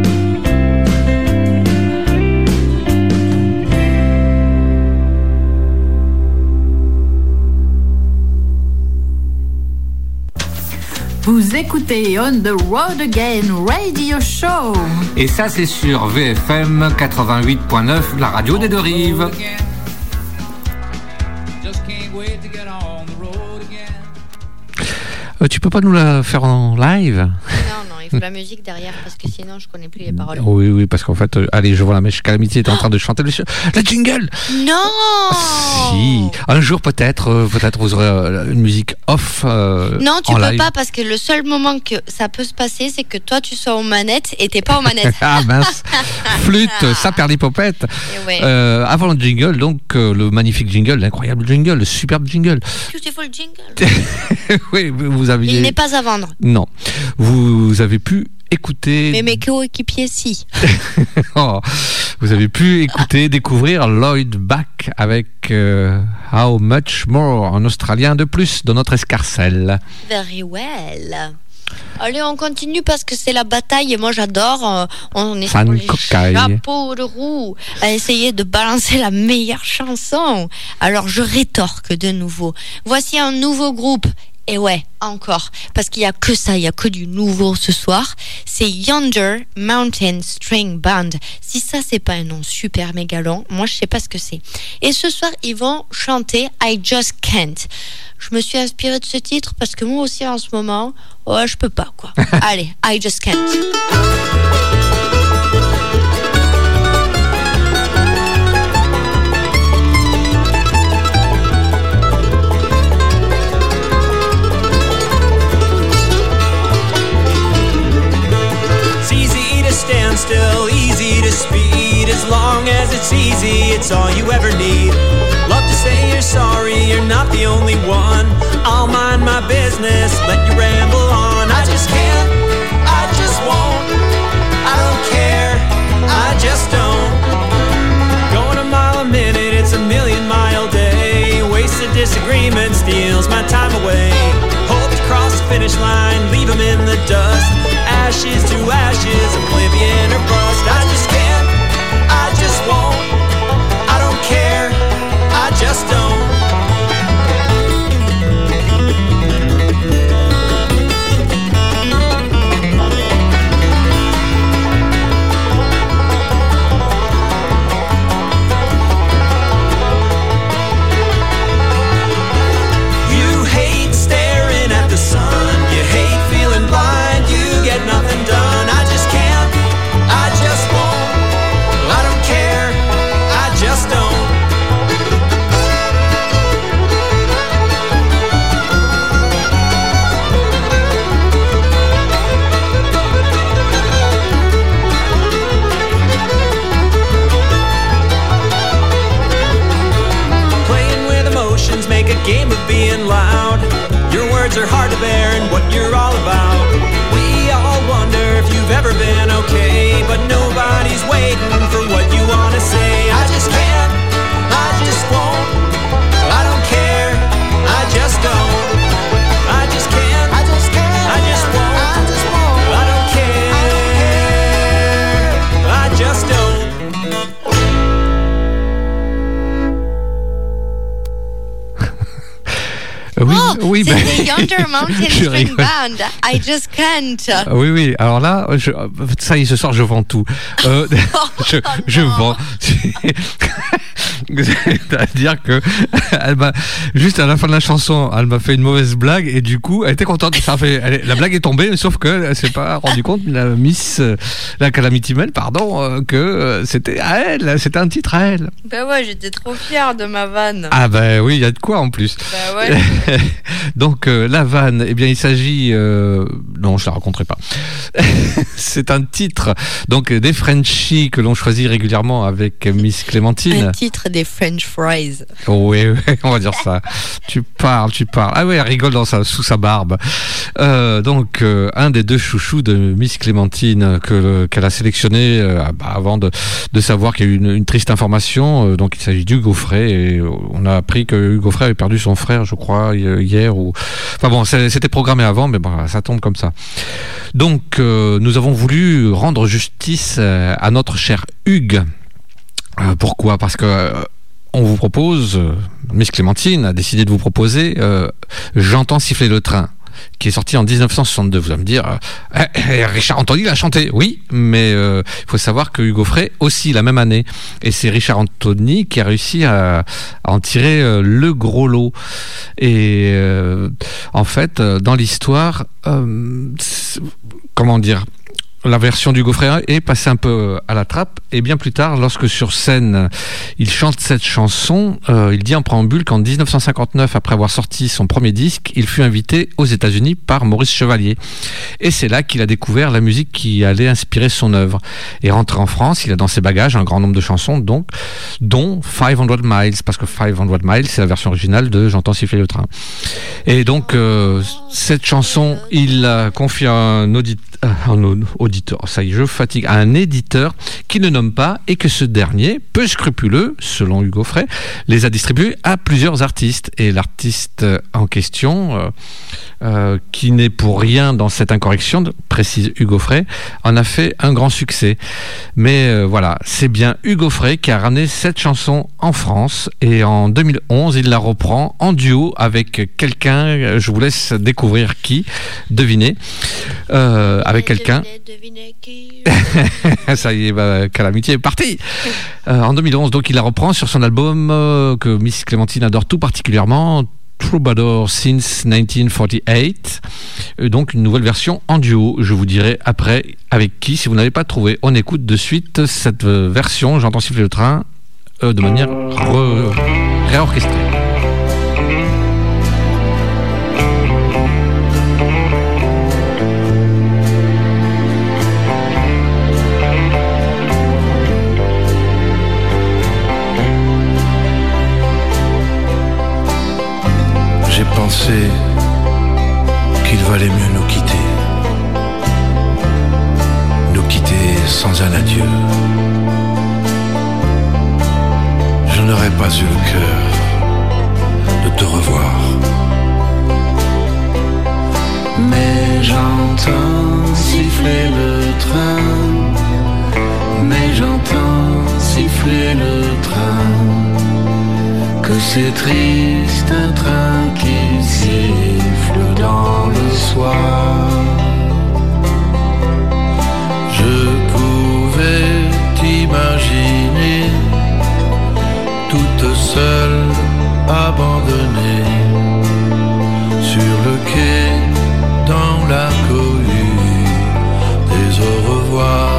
Vous écoutez On the Road Again Radio Show. Et ça, c'est sur V F M quatre-vingt-huit point neuf, la radio des deux rives. Euh, tu peux pas nous la faire en live ? Non, non, il faut la musique derrière parce que sinon je connais plus les paroles. Oui, oui, parce qu'en fait, euh, allez, je vois la mèche Calamity est en train de chanter le, la jingle. Non. Si, un jour peut-être, euh, peut-être vous aurez euh, une musique off. Euh, non, tu en peux live. pas parce que le seul moment que ça peut se passer, c'est que toi tu sois aux manettes et t'es pas aux manettes. Ah mince, flûte, ça perlipopette. Ouais. Euh, avant le jingle, donc euh, le magnifique jingle, l'incroyable jingle, le superbe jingle. Beautiful jingle. Oui, vous aviez. Il n'est pas à vendre. Non, vous avez pu écouter. Mais mes coéquipiers, si. Oh, vous avez pu écouter, découvrir Lloyd Bach avec euh, How Much More, un Australien de plus dans notre escarcelle. Very well. Allez, on continue parce que c'est la bataille et moi j'adore. Euh, on est Fan sur les cocaille. chapeaux de roue à essayer de balancer la meilleure chanson. Alors je rétorque de nouveau. Voici un nouveau groupe. Et ouais, encore, parce qu'il n'y a que ça, il n'y a que du nouveau ce soir. C'est Yonder Mountain String Band. Si ça, c'est pas un nom super méga long, moi je sais pas ce que c'est. Et ce soir, ils vont chanter I Just Can't. Je me suis inspirée de ce titre parce que moi aussi en ce moment, ouais, je peux pas quoi. Allez, I Just Can't. Stand still, easy to speed. As long as it's easy, it's all you ever need. Love to say you're sorry, you're not the only one. I'll mind my business, let you ramble on. I just can't, I just won't. I don't care, I just don't. Going a mile a minute, it's a million mile day. Wasted disagreement steals my time away. Hope to cross the finish line, leave them in the dust. Ashes to ashes, oblivion or bust. I just can't, I just won't. I don't care, I just don't. You hate staring at the sun. You hate feeling blind. You get nothing done. I just can't, I just won't. I don't care, I just don't. Playing with emotions, make a game of being loud. Your words are hard to bear and what you're all about. We all wonder if you've ever been okay, but nobody's waiting for what you want to say. I just can't, I just won't. I don't care, I just don't. I just can't, I just can't, I just won't. I just won't. I don't care, I just don't. Oui, Oh, oui, c'est ben, The Yonder Mountain je String rigole. Band. I Just Can't. Oui, oui. Alors là, je, ça y est, ce soir, je vends tout. Euh, je, je vends. C'est-à-dire que elle m'a, juste à la fin de la chanson, elle m'a fait une mauvaise blague et du coup, elle était contente. Ça fait, elle, la blague est tombée, sauf qu'elle ne s'est pas rendu compte, la Miss, la Calamity Man, pardon, que c'était à elle, c'était un titre à elle. Bah ouais, j'étais trop fière de ma vanne. Ah bah oui, il y a de quoi en plus. Bah ouais. Donc euh, la vanne, eh bien il s'agit, euh... non, je la raconterai pas. C'est un titre, donc des Frenchies que l'on choisit régulièrement avec Miss Clémentine. Un titre des French fries. Oh, oui, oui, on va dire ça. Tu parles, tu parles. Ah oui, elle rigole dans sa, sous sa barbe. Euh, donc, euh, un des deux chouchous de Miss Clémentine que, qu'elle a sélectionné euh, bah, avant de, de savoir qu'il y a eu une, une triste information. Euh, donc, il s'agit d'Hugo Frey. Et on a appris que Hugo Frey avait perdu son frère, je crois, hier. Ou... Enfin bon, c'était programmé avant, mais bon, ça tombe comme ça. Donc, euh, nous avons voulu rendre justice à notre cher Hugues. Euh, pourquoi ? Parce que euh, on vous propose, euh, Miss Clémentine a décidé de vous proposer euh, J'entends siffler le train, qui est sorti en dix-neuf cent soixante-deux. Vous allez me dire, euh, eh, Richard Anthony l'a chanté. Oui, mais il euh, faut savoir que Hugo Frey aussi la même année. Et c'est Richard Anthony qui a réussi à, à en tirer euh, le gros lot. Et euh, en fait, euh, dans l'histoire, euh, comment dire, la version d'Hugo Frey est passée un peu à la trappe, et bien plus tard, lorsque sur scène il chante cette chanson, euh, il dit en préambule qu'en dix-neuf cent cinquante-neuf, après avoir sorti son premier disque, il fut invité aux États-Unis par Maurice Chevalier, et c'est là qu'il a découvert la musique qui allait inspirer son œuvre. Et rentré en France, il a dans ses bagages un grand nombre de chansons, donc dont five hundred miles, parce que five hundred miles c'est la version originale de J'entends siffler le train. Et donc euh, cette chanson, il a confié à un auditeur, un auditeur, ça y est, je fatigue, à un éditeur qui ne nomme pas, et que ce dernier, peu scrupuleux, selon Hugo Frey, les a distribués à plusieurs artistes. Et l'artiste en question, euh, euh, qui n'est pour rien dans cette incorrection, précise Hugo Frey, en a fait un grand succès. Mais euh, voilà, c'est bien Hugo Frey qui a ramené cette chanson en France, et en deux mille onze, il la reprend en duo avec quelqu'un, je vous laisse découvrir qui, devinez, euh, avec quelqu'un. Devinez qui. Ça y est, bah, Calamity est parti. Euh, en deux mille onze, donc il la reprend sur son album euh, que Miss Clémentine adore tout particulièrement, Troubadour Since nineteen forty-eight. Euh, donc une nouvelle version en duo. Je vous dirai après avec qui, si vous n'avez pas trouvé. On écoute de suite cette euh, version, J'entends siffler le train, euh, de manière re- réorchestrée. J'ai pensé qu'il valait mieux nous quitter, nous quitter sans un adieu. Je n'aurais pas eu le cœur de te revoir, mais j'entends siffler le train, mais j'entends siffler le train. Que c'est triste un train qui siffle dans le soir. Je pouvais t'imaginer toute seule, abandonnée, sur le quai, dans la cohue des au revoir.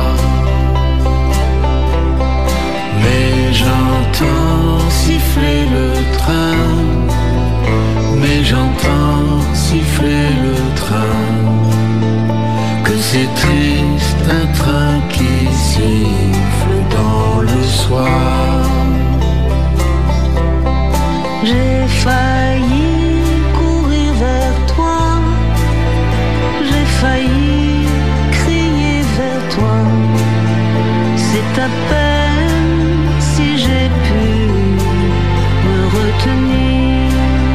Mais j'entends siffler le train, mais j'entends siffler le train. Que c'est triste un train qui siffle dans le soir. J'ai failli courir vers toi, j'ai failli crier vers toi. C'est à peine si j'ai pu me retenir.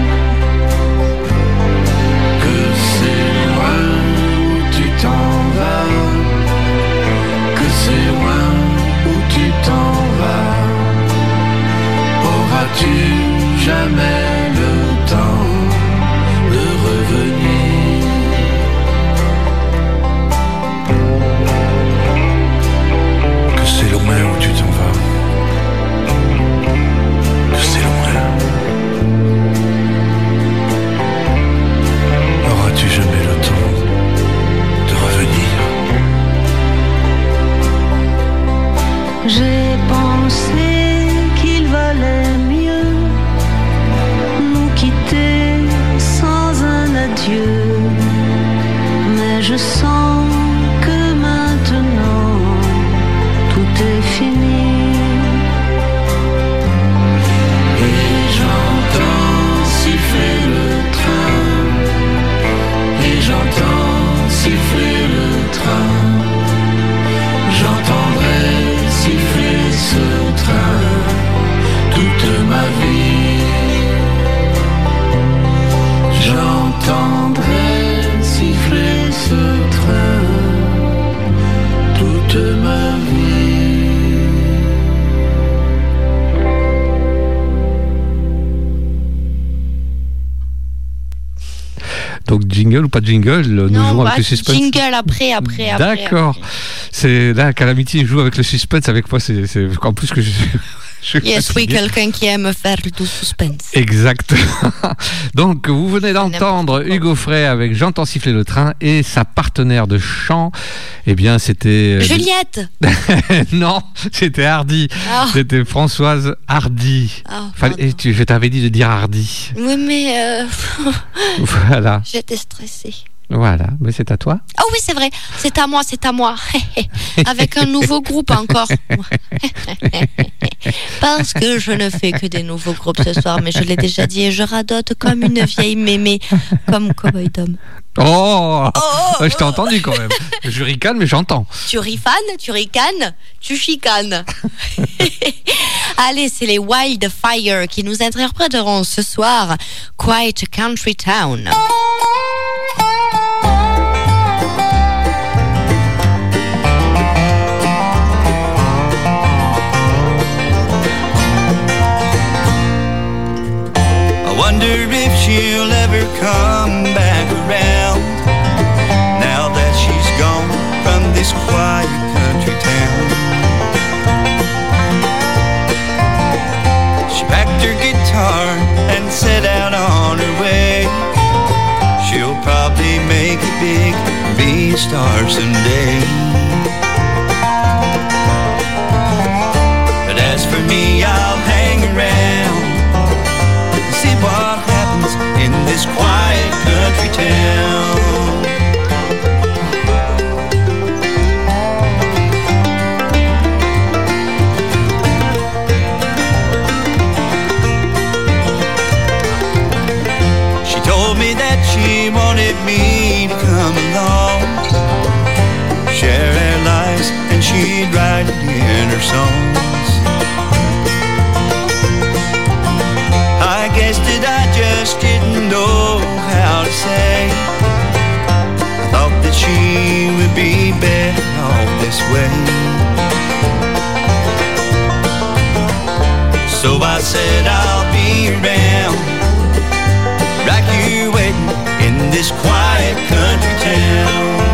Que c'est loin où tu t'en vas, que c'est loin où tu t'en vas. Auras-tu jamais le temps adieu. Mais je sens que maintenant tout est fini. Et j'entends siffler le train. Et j'entends siffler le train. J'entendrai siffler ce train toute ma vie. J'entendrai siffler ce train toute ma vie. Donc jingle ou pas jingle, nous non, jouons bah, avec le suspense. Jingle après, après, après. D'accord. Après. C'est là, Calamity joue avec le suspense avec moi. C'est, c'est en plus que je. je Yes, oui, quelqu'un qui aime faire du suspense. Exact. Donc, vous venez d'entendre Hugo Frey avec J'entends siffler le train et sa partenaire de chant. Eh bien, c'était. Juliette. Non, c'était Hardy. Oh. C'était Françoise Hardy. Oh, Fallait, et tu, je t'avais dit de dire Hardy. Oui, mais euh... Voilà. j'étais stressée. Voilà, mais c'est à toi. Oh oui, c'est vrai, c'est à moi, c'est à moi. Avec un nouveau groupe encore. Parce que je ne fais que des nouveaux groupes ce soir, mais je l'ai déjà dit et je radote comme une vieille mémé, comme Cowboy Dom. Oh, oh Je t'ai entendu quand même. Je ricane, mais j'entends. Tu rifanes, tu ricanes, tu chicanes. Allez, c'est les Wildfire qui nous interpréteront ce soir Quite a Country Town. I wonder if she'll ever come back around now that she's gone from this quiet country town. She packed her guitar and set out on her way. She'll probably make it big and be a star someday. But as for me, I'll hang around, see what happens in this quiet country town. She told me that she wanted me to come along, share our lives, and she'd write it in her songs. I guess that I just didn't know how to say. I thought that she would be better off this way. So I said I'll be around, right here waiting in this quiet country town.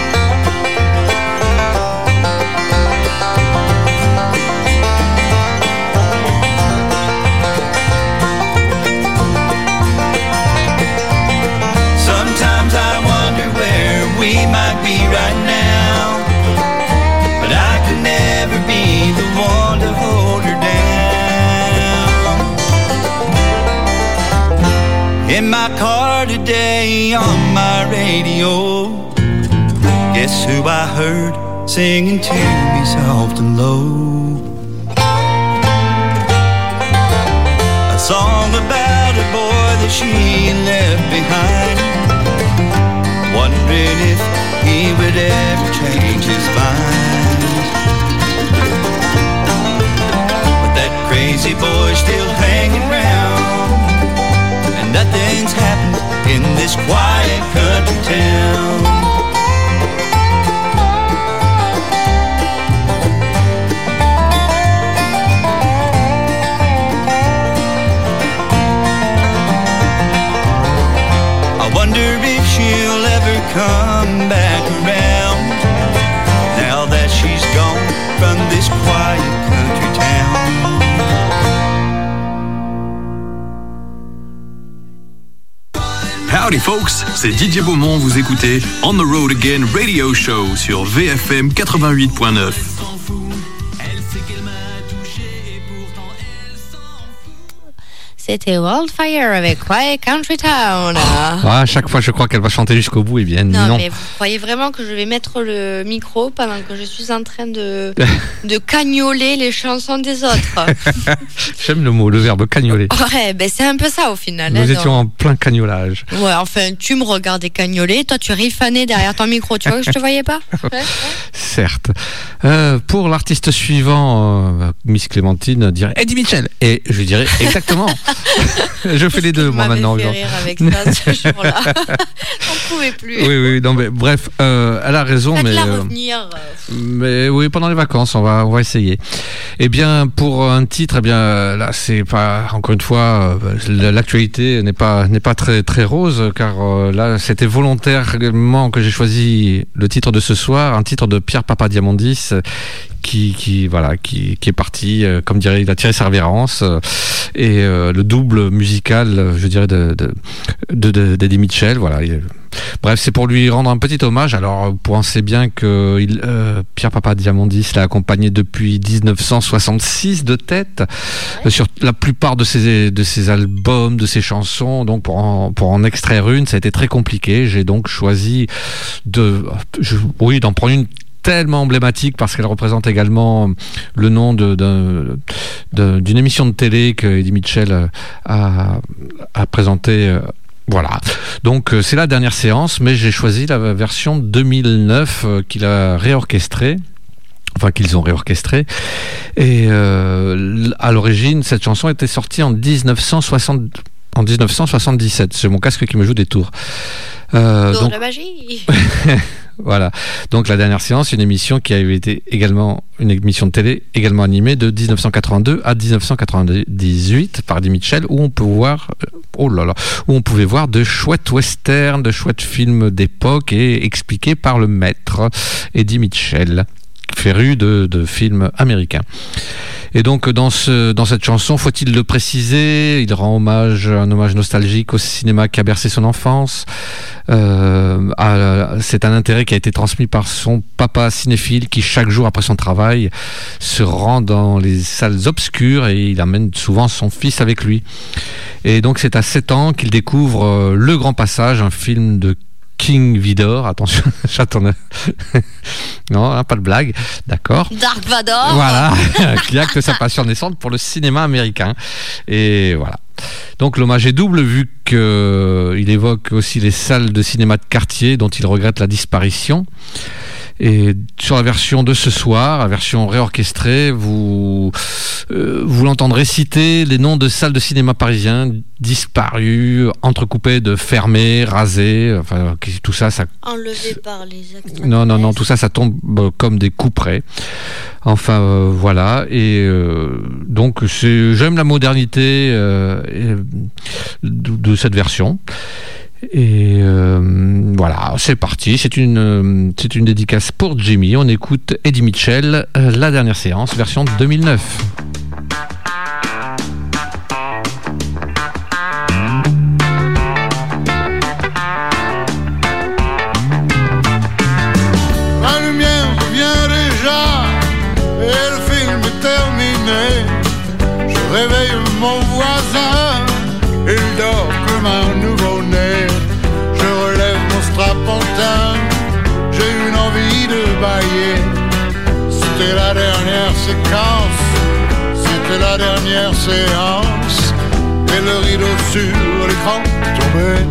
We might be right now, but I could never be the one to hold her down. In my car today on my radio, guess who I heard singing to me soft and low? A song about a boy that she left behind, wondering if he would ever change his mind. But that crazy boy's still hanging round, and nothing's happened in this quiet country town. I wonder if she'll ever come back around now that she's gone from this quiet country town. Howdy folks, c'est D J Beaumont, vous écoutez On the Road Again Radio Show sur V F M quatre-vingt-huit point neuf. C'était Wildfire avec Quiet Country Town. Ah, à chaque fois, je crois qu'elle va chanter jusqu'au bout. Eh bien, non. Non, mais vous croyez vraiment que je vais mettre le micro pendant que je suis en train de, de cagnoler les chansons des autres? J'aime le mot, le verbe cagnoler. Ouais, ben c'est un peu ça au final. Nous hein, étions donc. en plein cagnolage. Ouais, enfin, tu me regardais cagnoler, toi tu rifanais derrière ton micro, tu vois que je te voyais pas? Ouais, ouais. Certes. Euh, pour l'artiste suivant, euh, Miss Clémentine dirait Eddie Mitchell. Et je dirais exactement. Je fais les deux, moi, maintenant. Fait rire avec ça, ce jour-là. On pouvait plus. Oui, oui, non, mais bref, euh, elle a raison, mais. La euh, revenir. mais oui, pendant les vacances, on va, on va essayer. Eh bien, pour un titre, eh bien, là, c'est pas, encore une fois, euh, l'actualité n'est pas, n'est pas très, très rose, car euh, là, c'était volontairement que j'ai choisi le titre de ce soir, un titre de Pierre Papadiamondis, qui, qui, voilà, qui, qui est parti, euh, comme dirait, il a tiré sa révérence, euh, et euh, le double musical, je dirais, de, de, de, de, d'Eddie Mitchell, voilà. Il, bref, c'est pour lui rendre un petit hommage. Alors, vous pensez bien que il, euh, Pierre Papadiamondis l'a accompagné depuis dix-neuf cent soixante-six de tête, ouais. Sur la plupart de ses, de ses albums, de ses chansons. Donc, pour en, pour en extraire une, ça a été très compliqué. J'ai donc choisi de, je, oui, d'en prendre une tellement emblématique parce qu'elle représente également le nom de, de, de, d'une émission de télé que Eddie Mitchell a, a présenté. Voilà. Donc c'est la dernière séance, mais j'ai choisi la version deux mille neuf qu'il a réorchestrée. Enfin, qu'ils ont réorchestré. Et euh, à l'origine, cette chanson était sortie en dix-neuf cent soixante, en dix-neuf cent soixante-dix-sept. C'est mon casque qui me joue des tours. Euh, Tour donc... de magie. Voilà. Donc la dernière séance, une émission qui avait été également une émission de télé, également animée de dix-neuf cent quatre-vingt-deux à dix-neuf cent quatre-vingt-dix-huit par Eddie Mitchell, où on peut voir, oh là là, où on pouvait voir de chouettes westerns, de chouettes films d'époque et expliqués par le maître Eddie Mitchell, féru de, de films américains. Et donc dans, ce, dans cette chanson, faut-il le préciser, il rend hommage, un hommage nostalgique au cinéma qui a bercé son enfance. Euh, à, c'est un intérêt qui a été transmis par son papa cinéphile qui chaque jour après son travail se rend dans les salles obscures et il amène souvent son fils avec lui. Et donc c'est à sept ans qu'il découvre euh, Le Grand Passage, un film de King Vidor, attention, j'attends. Non, hein, pas de blague, d'accord. Dark Vador. Voilà, qui acte sa passion naissante pour le cinéma américain. Et voilà. Donc l'hommage est double vu qu'il évoque aussi les salles de cinéma de quartier dont il regrette la disparition. Et sur la version de ce soir, la version réorchestrée, vous, euh, vous l'entendrez citer les noms de salles de cinéma parisiens disparues, entrecoupées de fermées, rasées, enfin tout ça, ça... Enlevé par les acteurs. Non, non, non, tout ça, ça tombe comme des couperets. Enfin, euh, voilà. Et euh, donc, c'est, j'aime la modernité euh, et, de, de cette version. Et euh, voilà, c'est parti. C'est une, c'est une dédicace pour Jimmy. On écoute Eddie Mitchell, euh, la dernière séance, version deux mille neuf. La lumière vient déjà et le film est terminé. Je réveille mon voisin, il dort comme un nouveau-né. Je relève mon strapontin, j'ai une envie de bailler. C'était la dernière séquence, c'était la dernière séance, et le rideau sur l'écran tombait.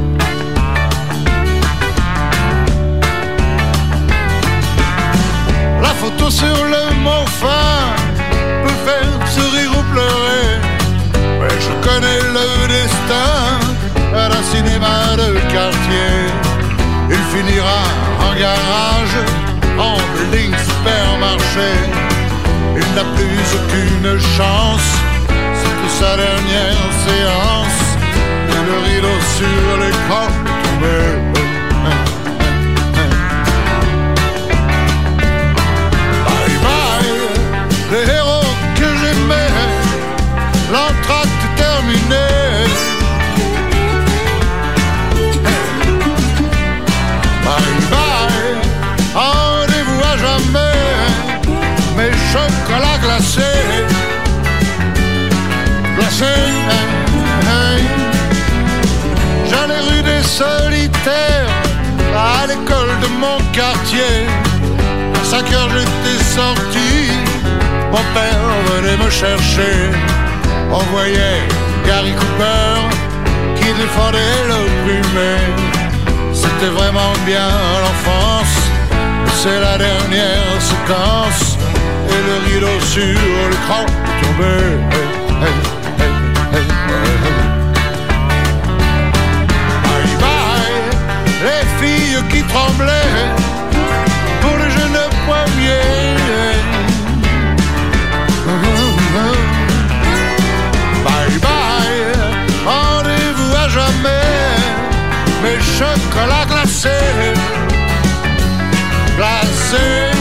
La photo sur le mot fin peut faire sourire ou pleurer, mais je connais le destin d'un cinéma de quartier. Il finira en garage, en building supermarché. Il n'a plus aucune chance, c'était sa dernière séance, et le rideau sur l'écran est tombé. Bye bye, les héros que j'aimais, l'entracte est terminé. Bye bye, rendez-vous à jamais, mes chocolats glacés, glacés. quartier. À cinq heures j'étais sorti, mon père venait me chercher. On voyait Gary Cooper qui défendait l'opprimé. C'était vraiment bien l'enfance, c'est la dernière séquence. Et le rideau sur l'écran tombait. Hey, hey, hey, hey, hey. Bye bye, les filles qui tremblaient pour le jeune premier. Bye bye, rendez-vous à jamais, mes chocolats glacés, glacés.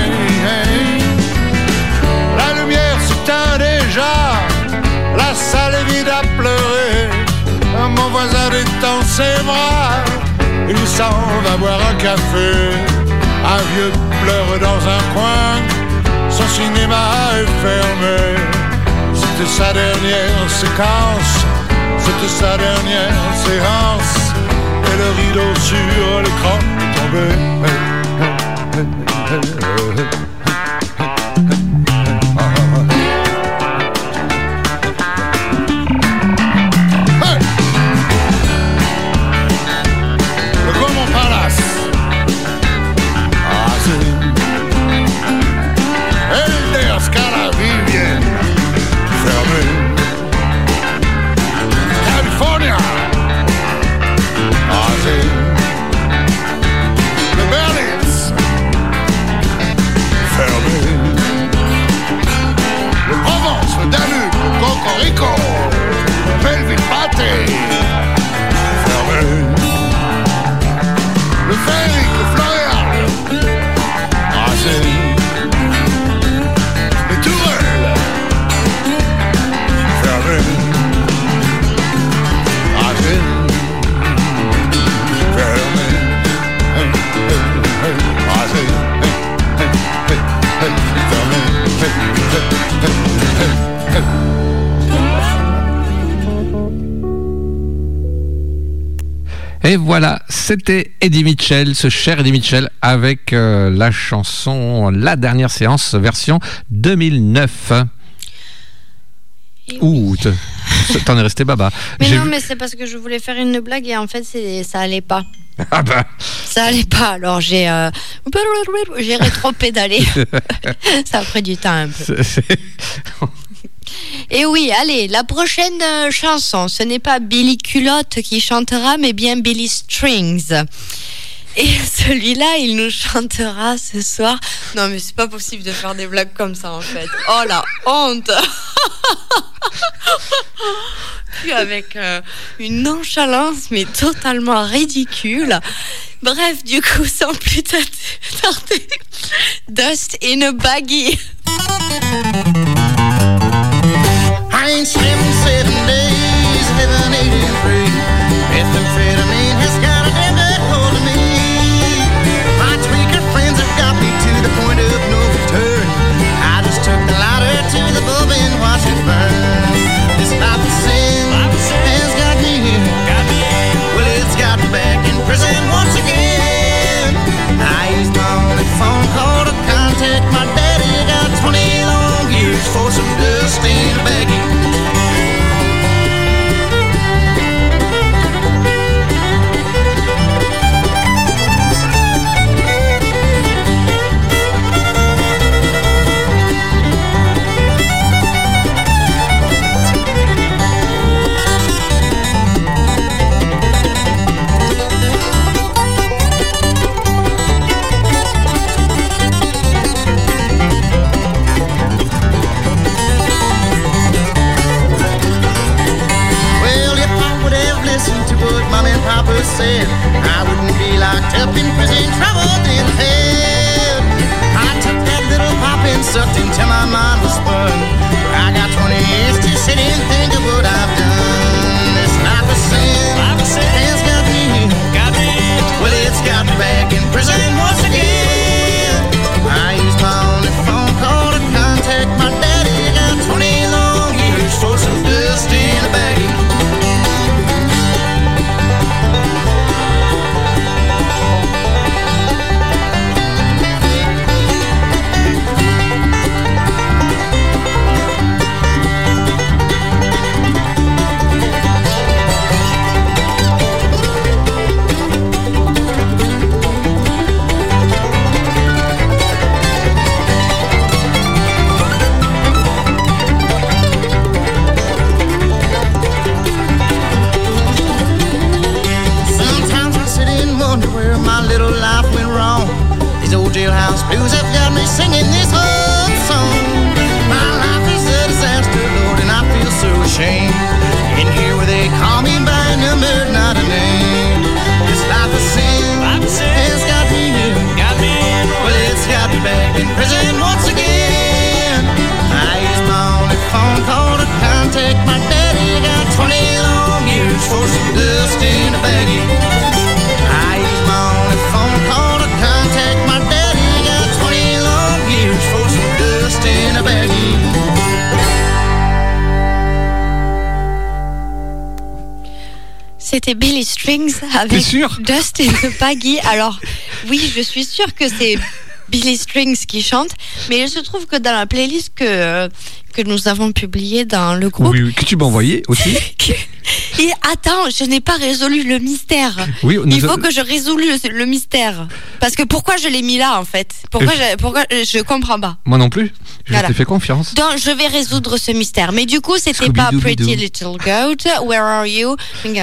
La lumière s'éteint déjà, la salle est vide à pleurer. Mon voisin détend ses bras, il s'en va boire un café. Un vieux pleure dans un coin, son cinéma est fermé. C'était sa dernière séquence, c'était sa dernière séance. Et le rideau sur l'écran est tombé. Rico, Belleville Pâté, fermé. Le ferry, le Floréal, rasé. Les tourelles, fermé. Rasé, fermé. Rasé, fermé. Et voilà, c'était Eddie Mitchell, ce cher Eddie Mitchell, avec euh, la chanson La Dernière Séance, version deux mille neuf. Et Ouh, oui. T'en es resté baba. Mais J'ai non, vu... mais c'est parce que je voulais faire une blague et en fait, c'est... ça allait pas. Ah bah. Ça allait pas, alors j'ai, euh... j'ai rétro-pédalé. Ça a pris du temps un peu. C'est, c'est... Et oui, allez, la prochaine euh, chanson, ce n'est pas Billy Culotte qui chantera, mais bien Billy Strings. Et celui-là, il nous chantera ce soir. Non, mais c'est pas possible de faire des blagues comme ça, en fait. Oh la honte. Puis avec euh, une nonchalance, mais totalement ridicule. Bref, du coup, sans plus tarder, Dust in a Baggie. I ain't slept seven days, living eighty-three. Methamphetamine has got a damn good hold of me. My tweaker friends have got me to the point of no return. I just took the ladder to the bulb and watched it burn. This life of sin has got me here. Well, it's got me back in prison once again. I used my only phone call to contact my daddy. Got twenty long years for some dust in a baggie. Papa said I wouldn't be locked up in prison, troubled in hell. I took that little pop and sucked until my mind was spun. I got twenty years to sit and think of what I've done. This life of sin has got me, got me. Well, it's got me back in prison once again. I used my only phone call to contact my daddy. Got twenty long years for some dust in a baggie. C'était Billy Strings avec Dust in the Baggy. Alors, oui, je suis sûre que c'est Billy Strings qui chante, mais il se trouve que dans la playlist que, que nous avons publiée dans le groupe... Oui, oui, que tu m'as envoyé aussi. Et attends, je n'ai pas résolu le mystère. Oui, il faut a... que je résolue le, le mystère. Parce que pourquoi je l'ai mis là, en fait? Pourquoi, je, pourquoi je comprends pas. Moi non plus. Je voilà. t'ai fait confiance. Donc, je vais résoudre ce mystère. Mais du coup, c'était pas Pretty Little Goat. Where are you?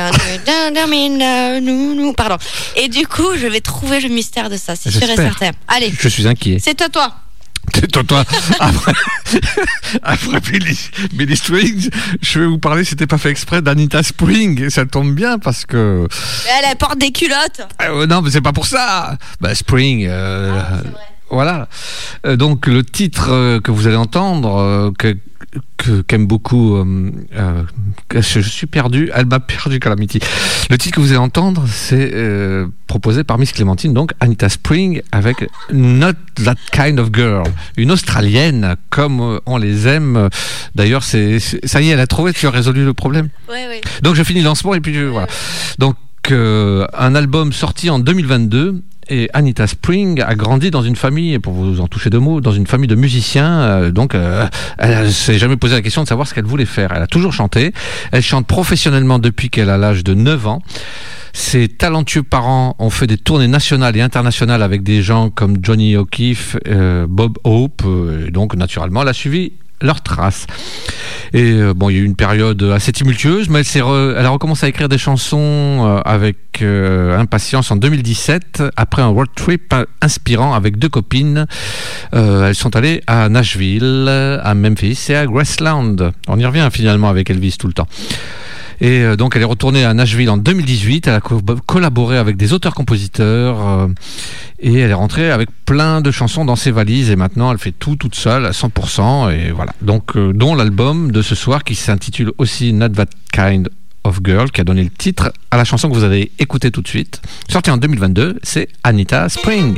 Pardon. Et du coup, je vais trouver le mystère de ça. C'est sûr et certain. Allez. Je suis inquiet. C'est à toi. C'est toi, toi. Après, après Billy, Billy Strings, je vais vous parler, c'était pas fait exprès, d'Anita Spring. Et ça tombe bien parce que. Elle, elle porte des culottes. Euh, non, mais c'est pas pour ça. Bah, Spring. Euh, ah, voilà. Euh, donc, le titre euh, que vous allez entendre, euh, que. Que, qu'aime beaucoup euh, euh, je, je suis perdu, elle m'a perdu Calamity. Le titre que vous allez entendre, c'est euh, proposé par Miss Clémentine, donc Anita Spring avec Not That Kind of Girl, une Australienne comme on les aime. D'ailleurs, c'est, c'est ça y est, elle a trouvé, tu as résolu le problème. Oui, oui. Donc je finis le lancement et puis je, voilà. Donc euh, un album sorti en deux mille vingt-deux. Et Anita Spring a grandi dans une famille, pour vous en toucher deux mots, dans une famille de musiciens. Euh, donc, euh, elle ne s'est jamais posé la question de savoir ce qu'elle voulait faire. Elle a toujours chanté. Elle chante professionnellement depuis qu'elle a l'âge de neuf ans. Ses talentueux parents ont fait des tournées nationales et internationales avec des gens comme Johnny O'Keefe, euh, Bob Hope. Euh, donc, naturellement, elle a suivi leurs traces. Et euh, bon, il y a eu une période assez tumultueuse, mais elle, s'est re, elle a recommencé à écrire des chansons euh, avec euh, impatience en deux mille dix-sept, après un road trip inspirant avec deux copines. Euh, elles sont allées à Nashville, à Memphis et à Graceland. On y revient finalement avec Elvis tout le temps. Et euh, donc elle est retournée à Nashville en deux mille dix-huit, elle a co- collaboré avec des auteurs-compositeurs euh, et elle est rentrée avec plein de chansons dans ses valises et maintenant elle fait tout toute seule à cent pour cent et voilà. Donc euh, dont l'album de ce soir qui s'intitule aussi Not That Kind of Girl, qui a donné le titre à la chanson que vous allez écouter tout de suite, sorti en deux mille vingt-deux, c'est Anita Spring.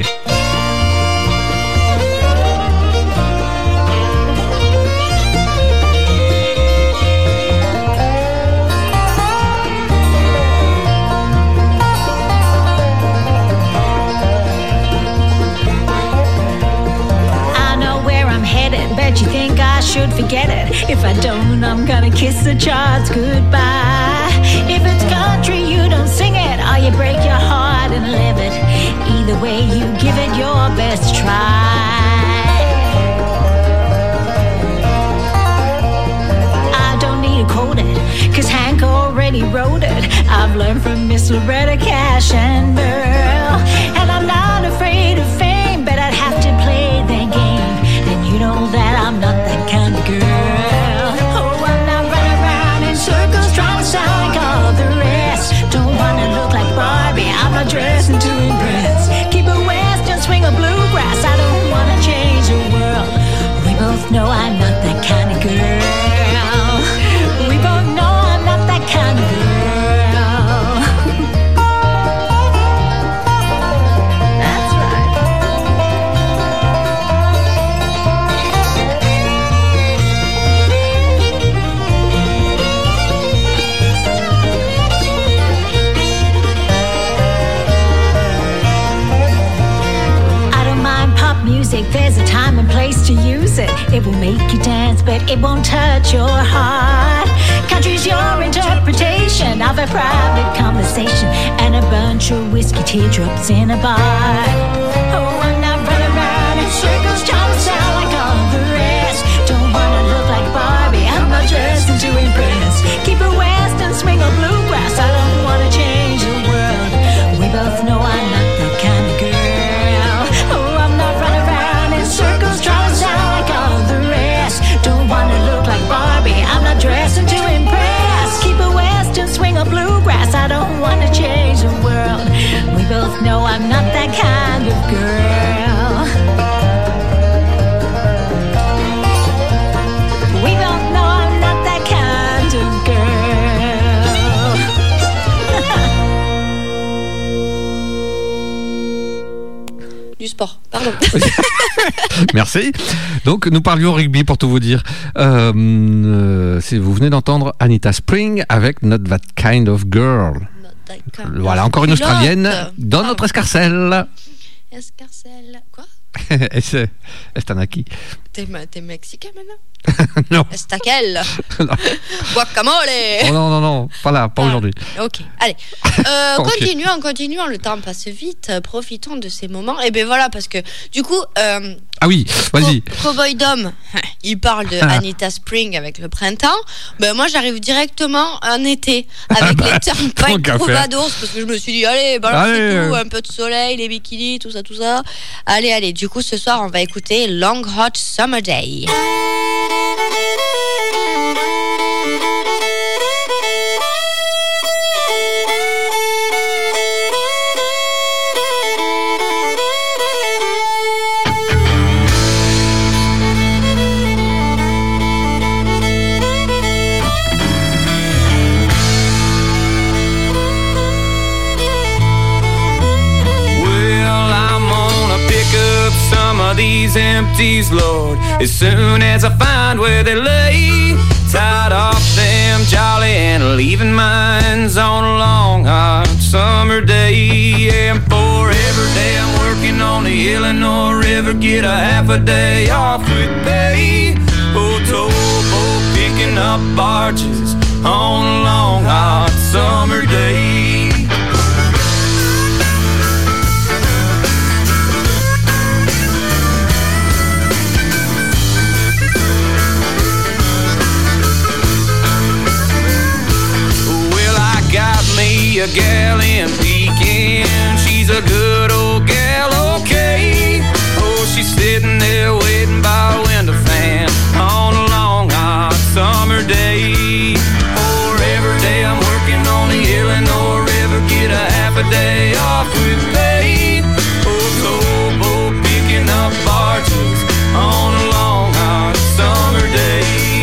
Bet you think I should forget it. If I don't, I'm gonna kiss the charts goodbye. If it's country, you don't sing it, or you break your heart and live it. Either way, you give it your best try. I don't need to quote it, cause Hank already wrote it. I've learned from Miss Loretta Cash and Merle. And I'm not afraid of fame, but I'd have to play the game. You know that I'm not that kind of girl. Oh, I'm not running around in circles trying to sound like all the rest. Don't wanna look like Barbie, I'm not dressing to impress. Keep a western, swing a bluegrass, I don't wanna change the world. We both know I'm not that kind of girl. We both know I'm not that kind of girl. There's a time and place to use it. It will make you dance, but it won't touch your heart. Country's your interpretation of a private conversation and a bunch of whiskey teardrops in a bar. Oh, I'm not running around in circles trying to sound like all the rest. Don't wanna look like Barbie, I'm not dressing to impress. Keep a western, swing a bluegrass, I don't wanna change the world. We both know I'm not that kind of girl. Circles trying to sound like all the rest. Don't wanna look like Barbie, I'm not dressing to impress. Keep a western, swing a bluegrass, I don't wanna change the world. We both know I'm not that kind of girl. We both know I'm not that kind of girl. Du sport, pardon. Merci. Donc nous parlions rugby pour tout vous dire. Euh, euh, vous venez d'entendre Anita Spring avec Not That Kind of Girl. Voilà, encore une Australienne dans notre escarcelle. Escarcelle, quoi? Est-ce Estanaki. T'es, t'es mexicain maintenant? Non. Estaquel. Guacamole. Oh non, non, non, pas là, pas ah, aujourd'hui. Ok, allez. Euh, okay. Continuons, continuons, le temps passe vite. Profitons de ces moments. Et bien voilà, parce que du coup. Euh, ah oui, vas-y. Cowboy Dom, il parle de ah. Anita Spring avec le printemps. Ben moi, j'arrive directement en été avec bah, les Turnpike Troubadours, parce que je me suis dit, allez, balance allez, tout, euh... un peu de soleil, les bikinis, tout ça, tout ça. Allez, allez. Du coup, ce soir, on va écouter Long Hot Summer Day. These empties, Lord, as soon as I find where they lay, tied off them jolly and leaving mines on a long hot summer day. And for every day I'm working on the Illinois River, get a half a day off with pay. Oh, towboat picking up barges on a long hot summer day. A gal in Pekin, she's a good old gal, okay. Oh, she's sitting there waiting by a window fan on a long hot summer day. For every day I'm working on the Illinois River, get a half a day off with pay. Oh, towboat picking up barges on a long hot summer day.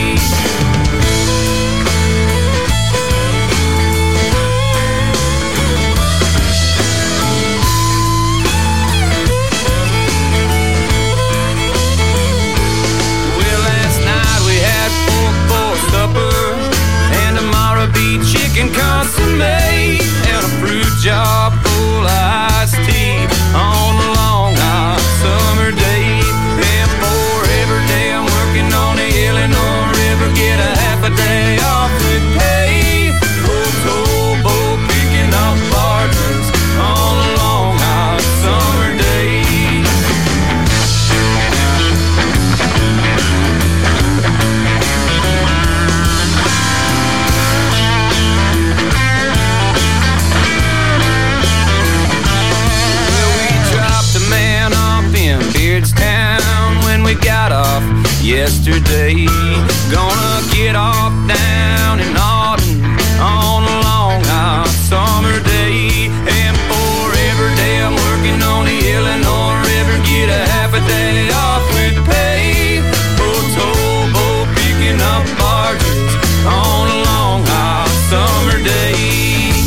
Chicken consomme and a fruit jar full of iced tea on a long hot summer day. And for every day I'm working on the Illinois River, get a half a day off with pay. Oh, towboat picking up barges on a long hot summer day. Beardstown when we got off yesterday. Gonna get off down in Auden on a long hot summer day. And for every day I'm working on the Illinois River, get a half a day off with pay. Oh, towboat picking up barges on a long hot summer day.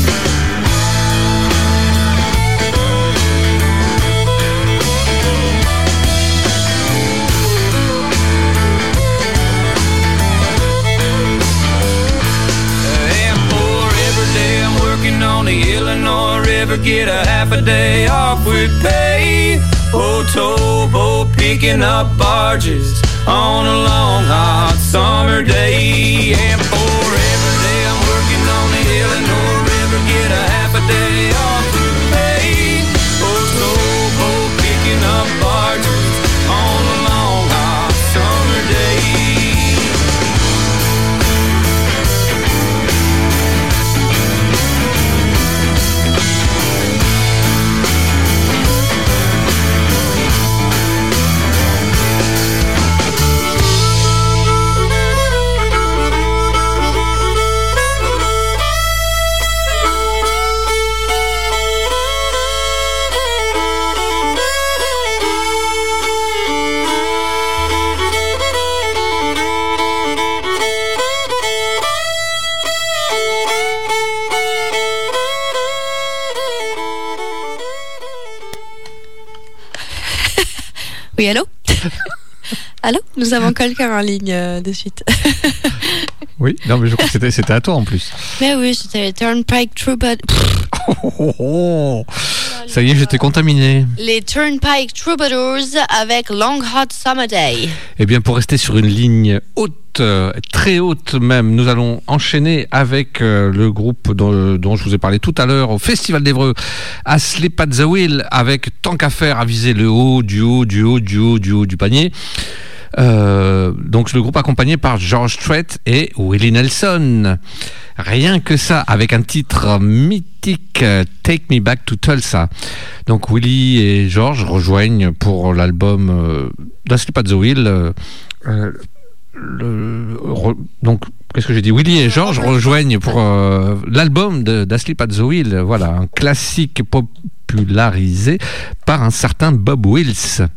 On the Illinois River, get a half a day off with pay. Oh, towboat picking up barges on a long hot summer day. And for every day I'm working on the Illinois River, get a half a day off with pay. Oh, towboat picking up barges on a long hot summer day. Oui, allô? Allô? Nous avons quelqu'un en ligne euh, de suite. Oui, non, mais je crois que c'était, c'était à toi en plus. Mais oui, c'était les Turnpike Troubadours. Oh, oh, oh. Ça y est, j'étais contaminé. Les Turnpike Troubadours avec Long Hot Summer Day. Eh bien, pour rester sur une ligne haute, euh, très haute même, nous allons enchaîner avec euh, le groupe dont, dont je vous ai parlé tout à l'heure au Festival d'Évreux, Asleep at the Wheel, avec tant qu'à faire à viser le haut, du haut, du haut, du haut, du haut du panier. Euh, donc le groupe accompagné par George Strait et Willie Nelson. Rien que ça, avec un titre mythique, Take Me Back to Tulsa. Donc Willie et George rejoignent pour l'album euh, d'Asleep at the Wheel. Euh, euh, le, re, donc qu'est-ce que j'ai dit? Willie et George rejoignent pour euh, l'album de, d'Asleep at the Wheel. Voilà, un classique popularisé par un certain Bob Wills.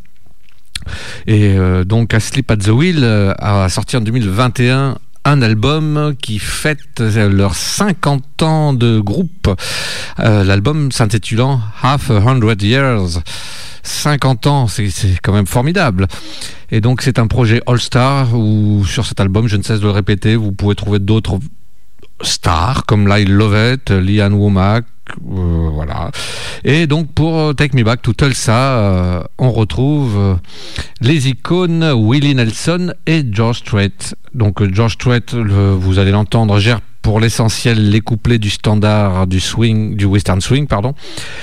Et euh, donc Asleep at the Wheel euh, a sorti en deux mille vingt et un un album qui fête leurs cinquante ans de groupe. Euh, l'album s'intitulant Half a Hundred Years. cinquante ans, c'est, c'est quand même formidable. Et donc c'est un projet All-Star où sur cet album, je ne cesse de le répéter, vous pouvez trouver d'autres stars comme Lyle Lovett, Leanne Womack, euh, voilà. Et donc pour Take Me Back to Tulsa, euh, on retrouve euh, les icônes Willie Nelson et George Strait. Donc George Strait, le, vous allez l'entendre, gère pour l'essentiel les couplets du standard du swing, du western swing, pardon.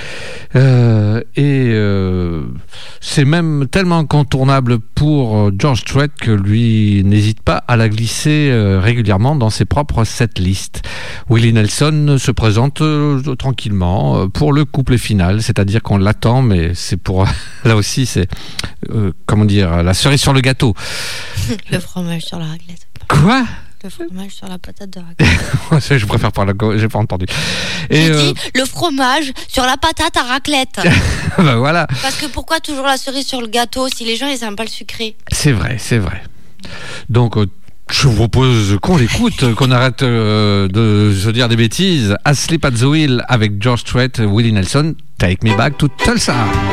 Euh, et euh, c'est même tellement incontournable pour George Strait que lui n'hésite pas à la glisser euh, régulièrement dans ses propres setlists. Willie Nelson se présente euh, tranquillement euh, pour le couplet final, c'est-à-dire qu'on l'attend, mais c'est pour là aussi c'est euh, comment dire, la cerise sur le gâteau. Le fromage sur la raclette. Quoi? Le fromage sur la patate de raclette. Je préfère pas la... J'ai pas entendu. Et J'ai euh... dit le fromage sur la patate à raclette. Ben voilà. Parce que pourquoi toujours la cerise sur le gâteau si les gens ils aiment pas le sucré? C'est vrai, c'est vrai. Donc euh, je vous propose qu'on l'écoute, qu'on arrête euh, de se dire des bêtises. Asleep at the Wheel avec George Strait, Willie Nelson, Take Me Back to Tulsa.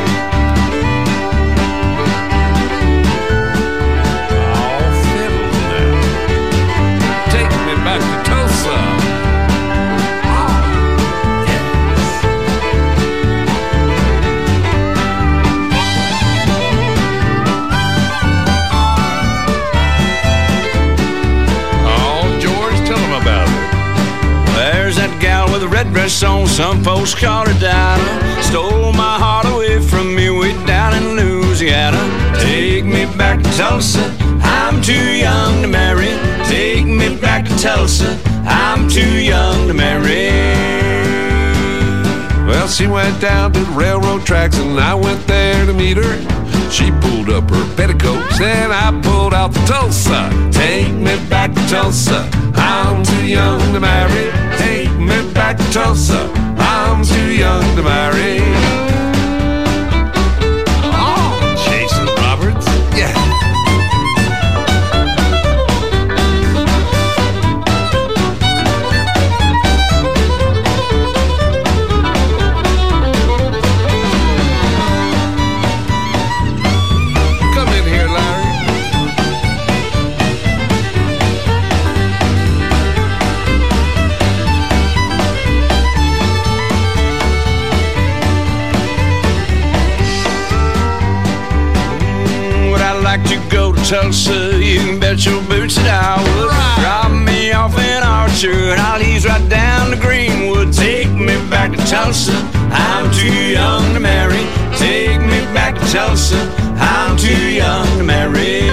Red dress on, some folks call her Dinah. Stole my heart away from me way down in Louisiana. Take me back to Tulsa, I'm too young to marry. Take me back to Tulsa, I'm too young to marry. Well, she went down to the railroad tracks and I went there to meet her. She pulled up her petticoats and I pulled out the Tulsa. Take me back to Tulsa, I'm too young to marry. Take me back to Tulsa, I'm too young to marry. Oh, Jason Roberts, yeah. Tulsa, you can bet your boots that I would. Right. Drop me off in Archer and I'll ease right down to Greenwood. Take me back to Tulsa, I'm too young to marry. Take me back to Tulsa, I'm too young to marry.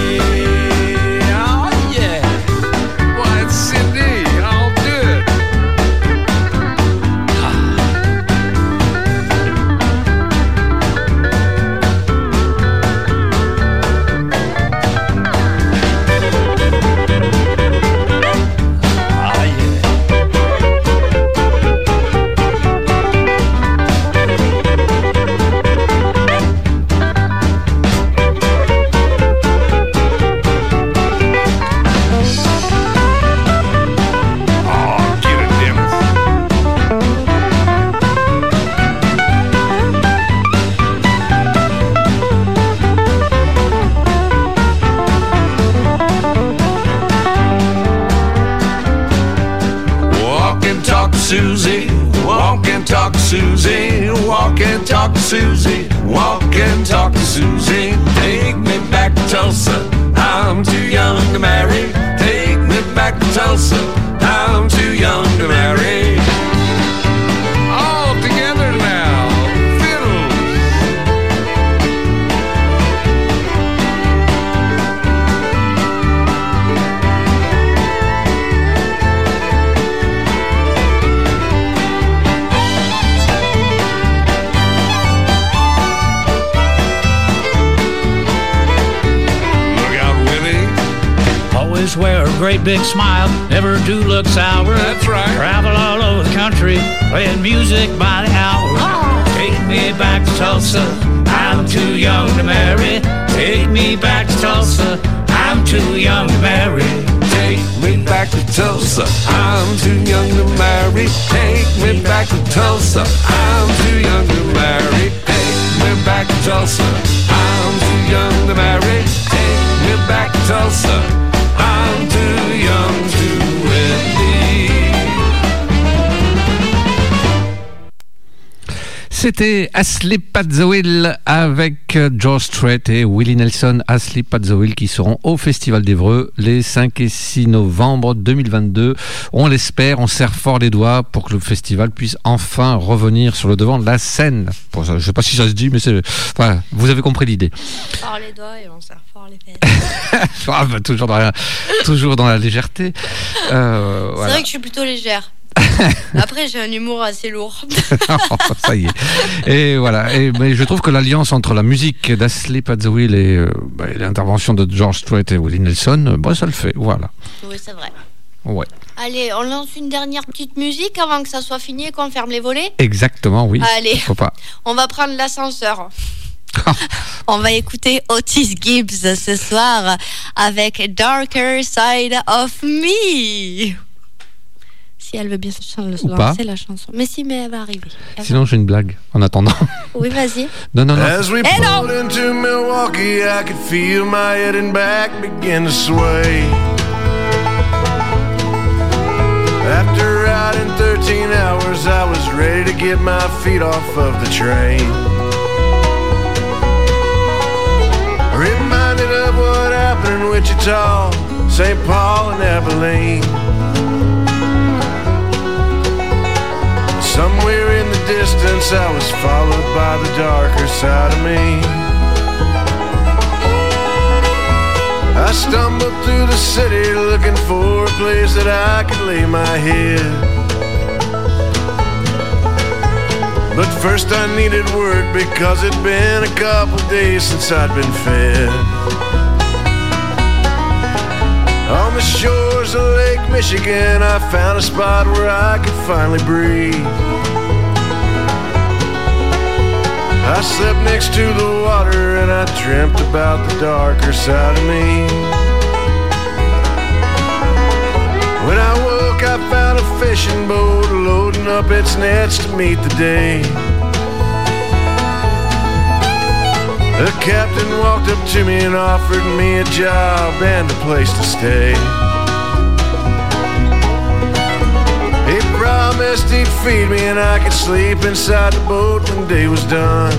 Oh yeah. Why, it's Cindy, I'll do it. Susie, walk and talk to Susie, walk and talk to Susie, walk and talk to Susie. Take me back to Tulsa, I'm too young to marry. Take me back to Tulsa, I'm too young to marry. All together now, fiddles. Always wear a great big smile, never do look sour. That's right. Travel all over the country, playing music by the hour. Oh. Take me back to Tulsa, I'm too young to marry. Take me back to Tulsa, I'm too young to marry. Take me back to Tulsa, I'm too young to marry. Take me back to Tulsa, I'm too young to marry. Take me back to Tulsa, I'm too young to marry. Take me back to Tulsa, I'm too young to wed. C'était Asleep at the Wheel avec George Strait et Willie Nelson. Asleep at the Wheel qui seront au Festival d'Évreux les cinq et six novembre deux mille vingt-deux. On l'espère, on serre fort les doigts pour que le festival puisse enfin revenir sur le devant de la scène. Bon, ça, je ne sais pas si ça se dit, mais c'est, enfin, vous avez compris l'idée. Fort les doigts et on serre fort les fesses. ah, bah, toujours, dans la, toujours dans la légèreté. Euh, c'est voilà. vrai que je suis plutôt légère. Après, j'ai un humour assez lourd. Ça y est. Et voilà. Et, mais je trouve que l'alliance entre la musique d'Asleep at the Wheel et, euh, bah, et l'intervention de George Strait et Willie Nelson, bah, ça le fait. Voilà. Oui, c'est vrai. Ouais. Allez, on lance une dernière petite musique avant que ça soit fini et qu'on ferme les volets. Exactement, oui. Allez, faut pas. On va prendre l'ascenseur. On va écouter Otis Gibbs ce soir avec Darker Side of Me. Si elle veut bien se lancer la chanson. Mais si, mais elle va arriver. Elle Sinon, va... j'ai une blague en attendant. Oui, vas-y. Non, non, non. As we pulled into Milwaukee, I could feel my head and back begin to sway. After riding thirteen hours, I was ready to get my feet off of the train. Reminded of what happened in Wichita, Saint Paul and Abilene. Somewhere in the distance I was followed by the darker side of me. I stumbled through the city looking for a place that I could lay my head. But first I needed work because it'd been a couple days since I'd been fed. On the shores of Lake Michigan, I found a spot where I could finally breathe. I slept next to the water and I dreamt about the darker side of me. When I woke, I found a fishing boat loading up its nets to meet the day. The captain walked up to me and offered me a job and a place to stay. He promised he'd feed me and I could sleep inside the boat when day was done.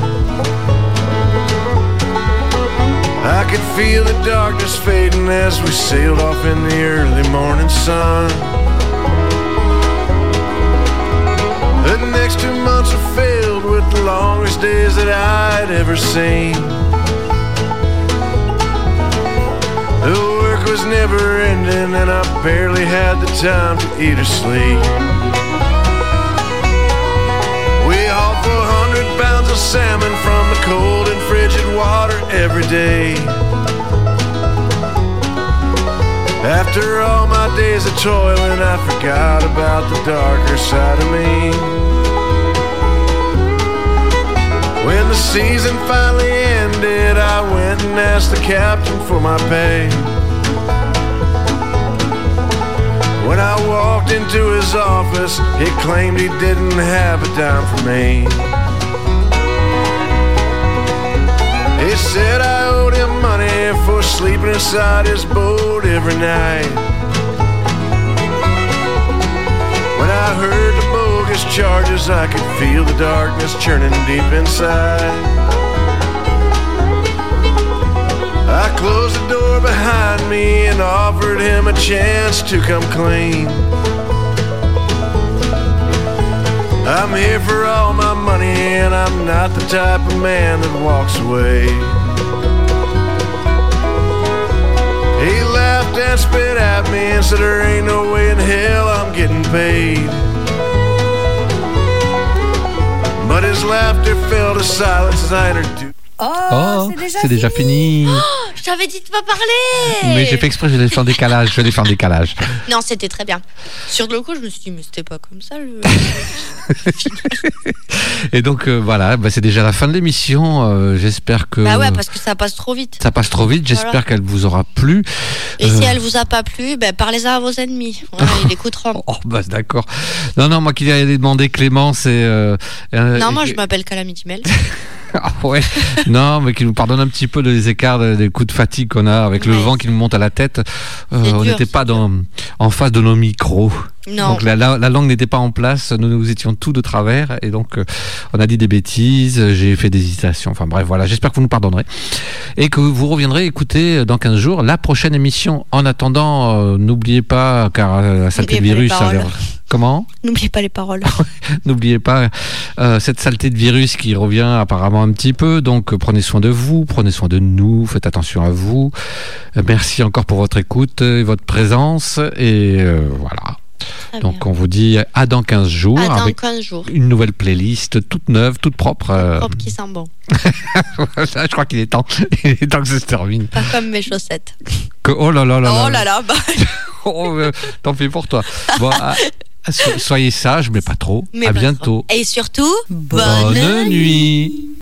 I could feel the darkness fading as we sailed off in the early morning sun. The next two months were filled with the longest days that I'd ever seen. The work was never ending and I barely had the time to eat or sleep. We hauled four hundred pounds of salmon from the cold and frigid water every day. After all my days of toiling, I forgot about the darker side of me. When the season finally ended, I went and asked the captain for my pay. When I walked into his office, he claimed he didn't have a dime for me. He said I owed him money for sleeping inside his boat every night. When I heard the bogus his charges, I could feel the darkness churning deep inside. I closed the door behind me and offered him a chance to come clean. I'm here for all my money and I'm not the type of man that walks away. He laughed and spit at me and said there ain't no way in hell I'm getting paid. But his laughter fell to silence as I entered. Oh, Oh, c'est déjà, c'est déjà fini. Oh, je t'avais dit de pas parler. Mais j'ai fait exprès, je l'ai fait en décalage. Je l'ai fait en décalage. Non, c'était très bien. Sur le coup, je me suis dit, mais c'était pas comme ça. Le... Et donc euh, voilà, bah, c'est déjà la fin de l'émission. Euh, j'espère que Bah ouais, parce que ça passe trop vite. ça passe trop vite. J'espère Voilà. qu'elle vous aura plu. Et Euh, si elle vous a pas plu, ben parlez-en à vos ennemis. Voilà, ils l'écouteront. Oh bah d'accord. Non non, moi qui allais demander Clémence et euh, euh, Non, moi et- je m'appelle Calamity Mel. Ah ouais. Non, mais qui nous pardonne un petit peu des écarts, des coups de fatigue qu'on a avec le Ouais. vent qui nous monte à la tête. Euh, C'est on dur, n'était pas dans, en face de nos micros. Non. Donc la, la, la langue n'était pas en place. Nous, nous étions tout de travers. Et donc, euh, on a dit des bêtises. J'ai fait des hésitations. Enfin bref, voilà. J'espère que vous nous pardonnerez. Et que vous reviendrez écouter dans quinze jours la prochaine émission. En attendant, euh, n'oubliez pas, car euh, la saleté de N'oubliez pas les virus... paroles. ça- Comment ? N'oubliez pas les paroles. N'oubliez pas euh, cette saleté de virus qui revient apparemment un petit peu. Donc euh, prenez soin de vous, prenez soin de nous, faites attention à vous. Euh, merci encore pour votre écoute et votre présence. Et euh, voilà. Très Donc bien. on vous dit à dans quinze jours À dans avec quinze jours. une nouvelle playlist toute neuve, toute propre. euh. Propre qui sent bon. Voilà, je crois qu'il est temps. Il est temps que ça se termine. Pas comme mes chaussettes. Que- oh là là là Oh là là, bah. Oh, euh, tant pis pour toi. Bon, ah, so- soyez sages, mais pas trop. Mais à pas bientôt. trop. Et surtout, Bonne nuit.